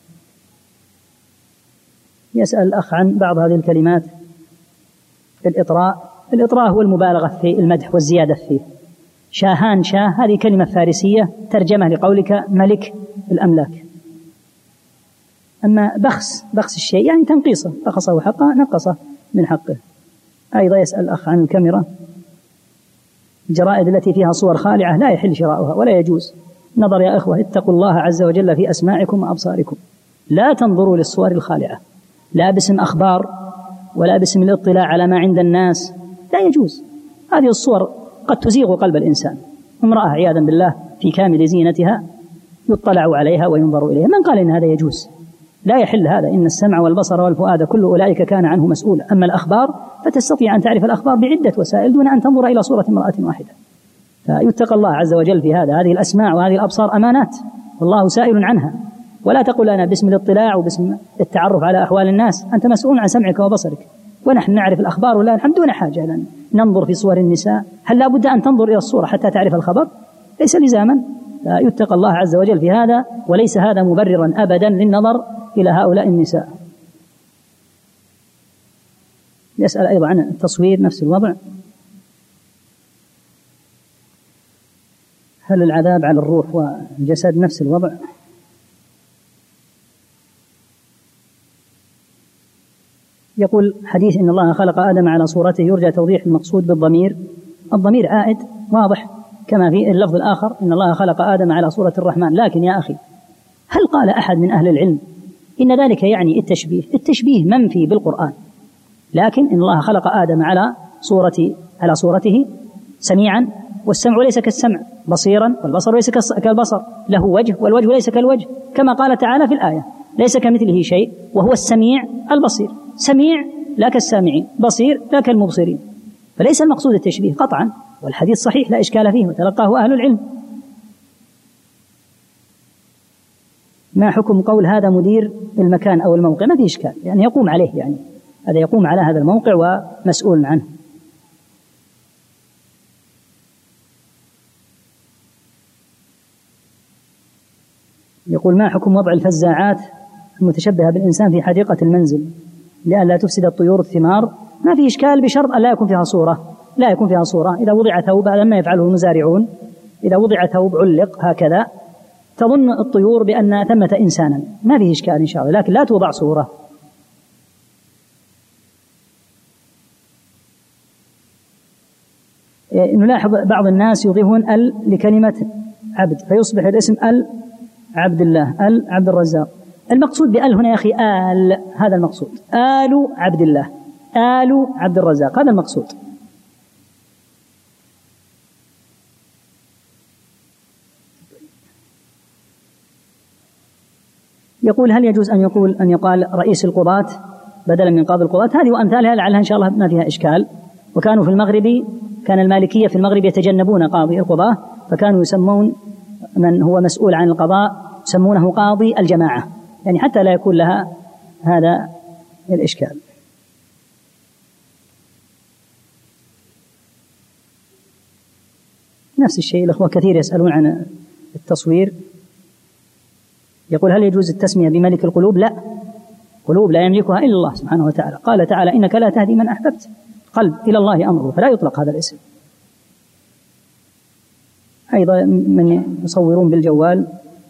يسأل الأخ عن بعض هذه الكلمات. الإطراء، الإطراء هو المبالغة في المدح والزيادة فيه. شاهان شاه هذه كلمة فارسية ترجمة لقولك ملك الأملاك. أما بخس، بخس الشيء يعني تنقيصه، بخصه حقه نقصه من حقه. أيضا يسأل الأخ عن الكاميرا. الجرائد التي فيها صور خالعة لا يحل شراؤها ولا يجوز. نظر يا أخوة اتقوا الله عز وجل في أسماعكم وأبصاركم، لا تنظروا للصور الخالعة لا باسم أخبار ولا باسم الاطلاع على ما عند الناس، لا يجوز. هذه الصور قد تزيغ قلب الإنسان. امرأة عياذا بالله في كامل زينتها يطلع عليها وينظر إليها، من قال إن هذا يجوز؟ لا يحل هذا. إن السمع والبصر والفؤاد كل أولئك كان عنه مسؤولا. أما الأخبار فتستطيع أن تعرف الأخبار بعدة وسائل دون أن تنظر إلى صورة امرأة واحدة. فيتقى الله عز وجل في هذا. هذه الأسماع وهذه الأبصار أمانات والله سائل عنها، ولا تقول أنا باسم الاطلاع وباسم التعرف على أحوال الناس، أنت مسؤول عن سمعك وبصرك، ونحن نعرف الأخبار ولا نحن دون حاجة لأن ننظر في صور النساء. هل لا بد أن تنظر إلى الصورة حتى تعرف الخبر؟ ليس لزاما. فيتقى الله عز وجل في هذا، وليس هذا مبررا أبدا للنظر إلى هؤلاء النساء. يسأل أيضا عن التصوير نفس الوضع. هل العذاب على الروح والجسد نفس الوضع؟ يقول حديث إن الله خلق آدم على صورته يرجى توضيح المقصود بالضمير. الضمير عائد واضح كما في اللفظ الآخر إن الله خلق آدم على صورة الرحمن. لكن يا أخي هل قال أحد من أهل العلم إن ذلك يعني التشبيه؟ التشبيه منفي بالقرآن. لكن إن الله خلق آدم على صورة على صورته سميعا، والسمع ليس كالسمع، بصيرا والبصر ليس كالبصر، له وجه والوجه ليس كالوجه، كما قال تعالى في الآية ليس كمثله شيء وهو السميع البصير. سميع لا كالسامعين، بصير لا كالمبصرين. فليس المقصود التشبيه قطعا، والحديث صحيح لا إشكال فيه وتلقاه أهل العلم. ما حكم قول هذا مدير المكان أو الموقع؟ ما فيه إشكال، يعني يقوم عليه، يعني هذا يقوم على هذا الموقع ومسؤول عنه. يقول ما حكم وضع الفزاعات المتشبهة بالإنسان في حديقة المنزل لئلا تفسد الطيور الثمار؟ ما في إشكال بشرط أن لا يكون فيها صورة، لا يكون فيها صورة. إذا وضع ثوب، هذا ما يفعله المزارعون، إذا وضع ثوب علق هكذا تظن الطيور بأن ثمة إنسانا، ما فيه إشكال إن شاء الله، لكن لا توضع صورة. نلاحظ بعض الناس يضيفون ال لكلمة عبد فيصبح الاسم ال عبد الله، ال عبد الرزاق. المقصود بال هنا يا أخي آل، هذا المقصود، آل عبد الله، آل عبد الرزاق، هذا المقصود. يقول هل يجوز أن يقول أن يقال رئيس القضاة بدلا من قاضي القضاة؟ هذه وأمثالها لعلها إن شاء الله ما فيها إشكال. وكانوا في المغرب، كان المالكية في المغرب يتجنبون قاضي القضاة، فكانوا يسمون من هو مسؤول عن القضاء يسمونه قاضي الجماعة، يعني حتى لا يكون لها هذا الإشكال. نفس الشيء الأخوة كثير يسألون عن التصوير. يقول هل يجوز التسمية بملك القلوب؟ لا، قلوب لا يملكها إلا الله سبحانه وتعالى. قال تعالى إنك لا تهدي من أحببت، قلب إلى الله أمره، فلا يطلق هذا الاسم. أيضا من يصورون بالجوال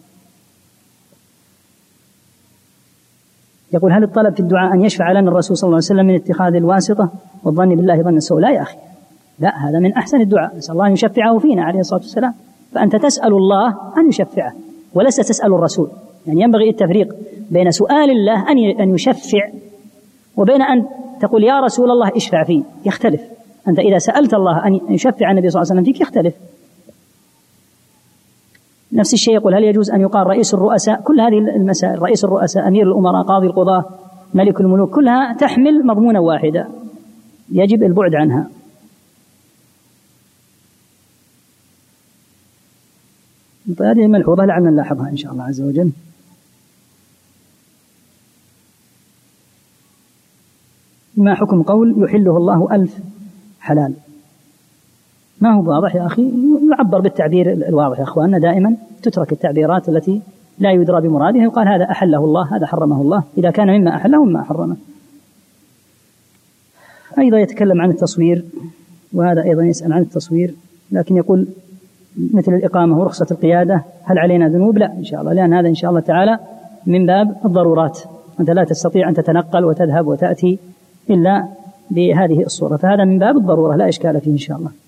يقول هل الطلب في الدعاء أن يشفع لنا الرسول صلى الله عليه وسلم من اتخاذ الواسطة والظن بالله ظن السوء؟ لا يا أخي، لا، هذا من أحسن الدعاء، نسأل الله أن يشفعه فينا عليه الصلاة والسلام. فأنت تسأل الله أن يشفعه ولست تسأل الرسول. يعني ينبغي التفريق بين سؤال الله أن يشفع وبين أن تقول يا رسول الله اشفع فيه، يختلف. أنت إذا سألت الله أن يشفع النبي صلى الله عليه وسلم فيك يختلف. نفس الشيء يقول هل يجوز أن يقال رئيس الرؤساء؟ كل هذه المسائل، رئيس الرؤساء، أمير الأمراء، قاضي القضاة، ملك الملوك، كلها تحمل مضمونا واحدا يجب البعد عنها. هذه ملحوظة لعلنا نلاحظها إن شاء الله عز وجل. ما حكم قول يحله الله ألف حلال؟ ما هو واضح يا أخي، يعبر بالتعبير الواضح يا أخواننا. دائما تترك التعبيرات التي لا يدرى بمرادها، يقال هذا أحله الله، هذا حرمه الله، إذا كان مما أحله مما حرمه. أيضا يتكلم عن التصوير، وهذا أيضا يسأل عن التصوير، لكن يقول مثل الإقامة ورخصة القيادة هل علينا ذنوب؟ لا إن شاء الله، لأن هذا إن شاء الله تعالى من باب الضرورات، أنت لا تستطيع أن تتنقل وتذهب وتأتي إلا بهذه الصورة، فهذا من باب الضرورة لا إشكال فيه إن شاء الله.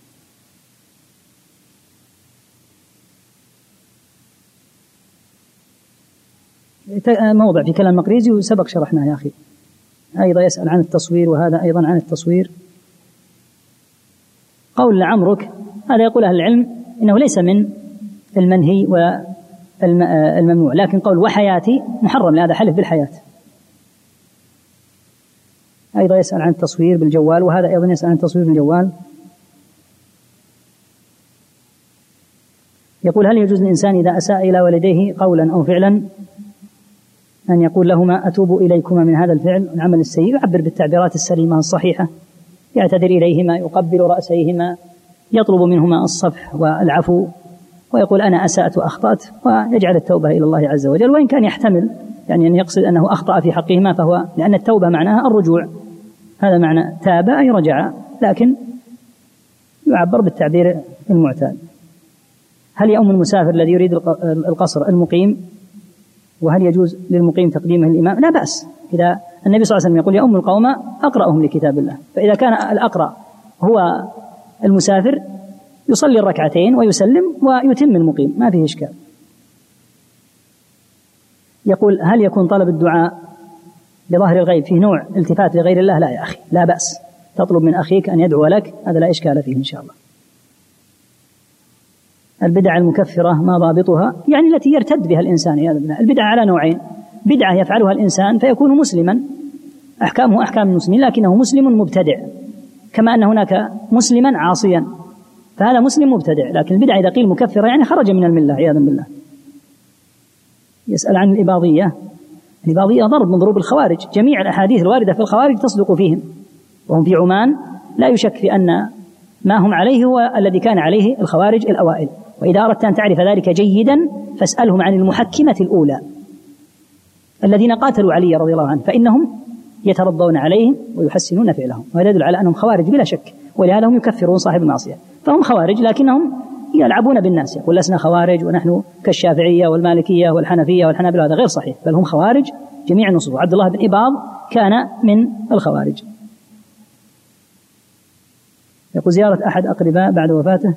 موضع في كلام المقريزي وسبق شرحناه يا أخي. أيضا يسأل عن التصوير، وهذا أيضا عن التصوير. قول لعمرك هذا يقول أهل العلم إنه ليس من المنهي والممنوع، لكن قول وحياتي محرم، لهذا حلف بالحياة. أيضا يسأل عن التصوير بالجوال، وهذا أيضا يسأل عن التصوير بالجوال. يقول هل يجوز للإنسان إذا أساء إلى والديه قولا أو فعلا أن يقول لهما أتوب إليكما من هذا الفعل العمل السيء؟ يعبر بالتعبيرات السليمة الصحيحة، يعتذر إليهما، يقبل رأسيهما، يطلب منهما الصفح والعفو، ويقول أنا أسأت وأخطأت، ويجعل التوبة إلى الله عز وجل. وإن كان يحتمل يعني أن يقصد أنه أخطأ في حقهما، فهو لأن التوبة معناها الرجوع، هذا معنى تاب أي رجع، لكن يعبر بالتعبير المعتاد. هل يؤم المسافر الذي يريد القصر المقيم؟ وهل يجوز للمقيم تقديمه الإمام؟ لا بأس، إذا النبي صلى الله عليه وسلم يقول يؤم القوم أقرأهم لكتاب الله، فإذا كان الأقرأ هو المسافر يصلي الركعتين ويسلم ويتم المقيم، ما فيه إشكال. يقول هل يكون طلب الدعاء بظهر الغيب فيه نوع التفات لغير الله؟ لا يا أخي، لا بأس، تطلب من أخيك أن يدعو لك، هذا لا إشكال فيه إن شاء الله. البدع المكفرة ما ضابطها؟ يعني التي يرتد بها الإنسان. البدع على نوعين: بدعة يفعلها الإنسان فيكون مسلما، أحكامه أحكام المسلمين لكنه مسلم مبتدع، كما أن هناك مسلما عاصيا، فهذا مسلم مبتدع. لكن البدعة إذا قيل مكفرة يعني خرج من الملة عياذا بالله. يسأل عن الإباضية. الإباضية ضرب من ضروب الخوارج، جميع الأحاديث الواردة في الخوارج تصدق فيهم، وهم في عمان لا يشك في أن ما هم عليه هو الذي كان عليه الخوارج الأوائل. وإذا أردت أن تعرف ذلك جيدا فاسألهم عن المحكمة الأولى الذين قاتلوا علي رضي الله عنه، فإنهم يترضون عليهم ويحسنون فعلهم، وهذا يدل على أنهم خوارج بلا شك، ولهذا هم يكفرون صاحب المعصية. فهم خوارج لكنهم يلعبون بالناس، يقول لسنا خوارج ونحن كالشافعية والمالكية والحنفية والحنابلة، هذا غير صحيح، بل هم خوارج جميع النصوص. عبد الله بن إباض كان من الخوارج. يقول زيارة أحد أقرباء بعد وفاته،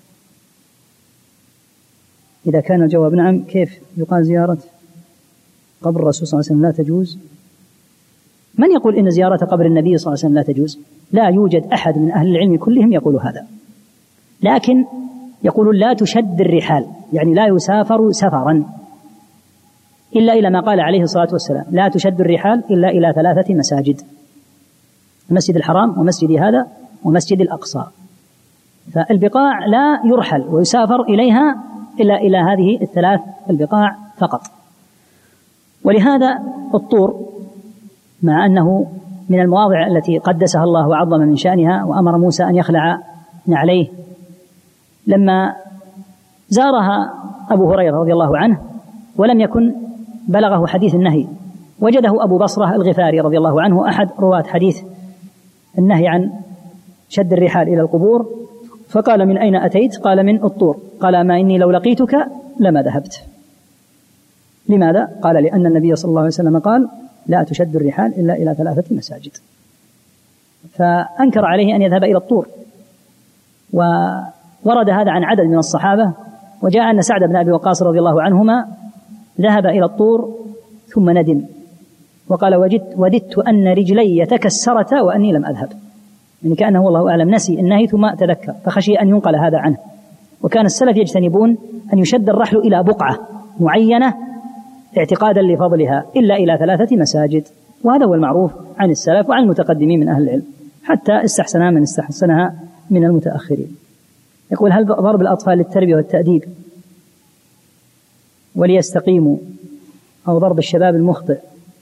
إذا كان الجواب نعم كيف يقال زيارة قبر الرسول صلى الله عليه وسلم لا تجوز؟ من يقول إن زيارة قبر النبي صلى الله عليه وسلم لا تجوز؟ لا يوجد أحد من أهل العلم كلهم يقول هذا، لكن يقول لا تشد الرحال، يعني لا يسافر سفرا إلا إلى ما قال عليه الصلاة والسلام: لا تشد الرحال إلا إلى ثلاثة مساجد: المسجد الحرام ومسجد هذا ومسجد الأقصى. فالبقاع لا يرحل ويسافر إليها إلا إلى هذه الثلاث البقاع فقط. ولهذا الطور مع أنه من المواضع التي قدسها الله وعظم من شأنها وأمر موسى أن يخلع نعليه، لما زارها أبو هريرة رضي الله عنه ولم يكن بلغه حديث النهي، وجده أبو بصرة الغفاري رضي الله عنه أحد رواة حديث النهي عن شد الرحال إلى القبور، فقال: من أين أتيت؟ قال: من الطور. قال: ما إني لو لقيتك لما ذهبت. لماذا؟ قال: لأن النبي صلى الله عليه وسلم قال: لا تشد الرحال إلا إلى ثلاثة مساجد. فأنكر عليه أن يذهب إلى الطور. وورد هذا عن عدد من الصحابة، وجاء أن سعد بن أبي وقاص رضي الله عنهما ذهب إلى الطور ثم ندم وقال: وجدت وددت أن رجلي تكسرتا وأني لم أذهب، يعني كأنه والله أعلم نسي النهي ثم تذكر، فخشي أن ينقل هذا عنه. وكان السلف يجتنبون أن يشد الرحل إلى بقعة معينة اعتقادا لفضلها إلا إلى ثلاثة مساجد، وهذا هو المعروف عن السلف وعن المتقدمين من أهل العلم، حتى استحسنها من استحسنها من المتأخرين. يقول: هل ضرب الأطفال للتربية والتأديب وليستقيموا أو ضرب الشباب المخطئ؟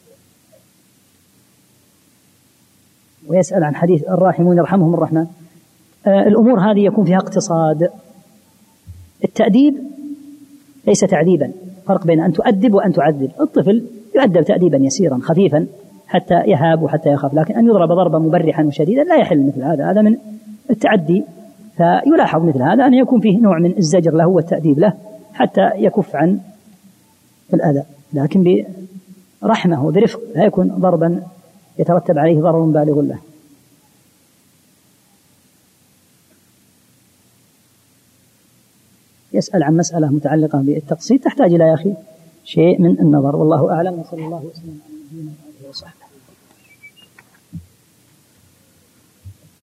ويسأل عن حديث الراحمون يرحمهم الرحمن. آه الأمور هذه يكون فيها اقتصاد. التأديب ليس تعذيبا، فرق بين أن تؤدب وأن تعذب. الطفل يؤدب تأديبا يسيرا خفيفا حتى يهاب وحتى يخاف، لكن أن يضرب ضربا مبرحا وشديدا لا يحل مثل هذا، هذا من التعدي. فيلاحظ مثل هذا أن يكون فيه نوع من الزجر له والتأديب له حتى يكف عن الأذى، لكن برحمة وبرفق، لا يكون ضربا يترتب عليه ضرر بالغ له. يسأل عن مسألة متعلقة بالتقسيط تحتاج إلى يا أخي شيء من النظر، والله أعلم، وصلى الله وسلم على نبينا وصحبه.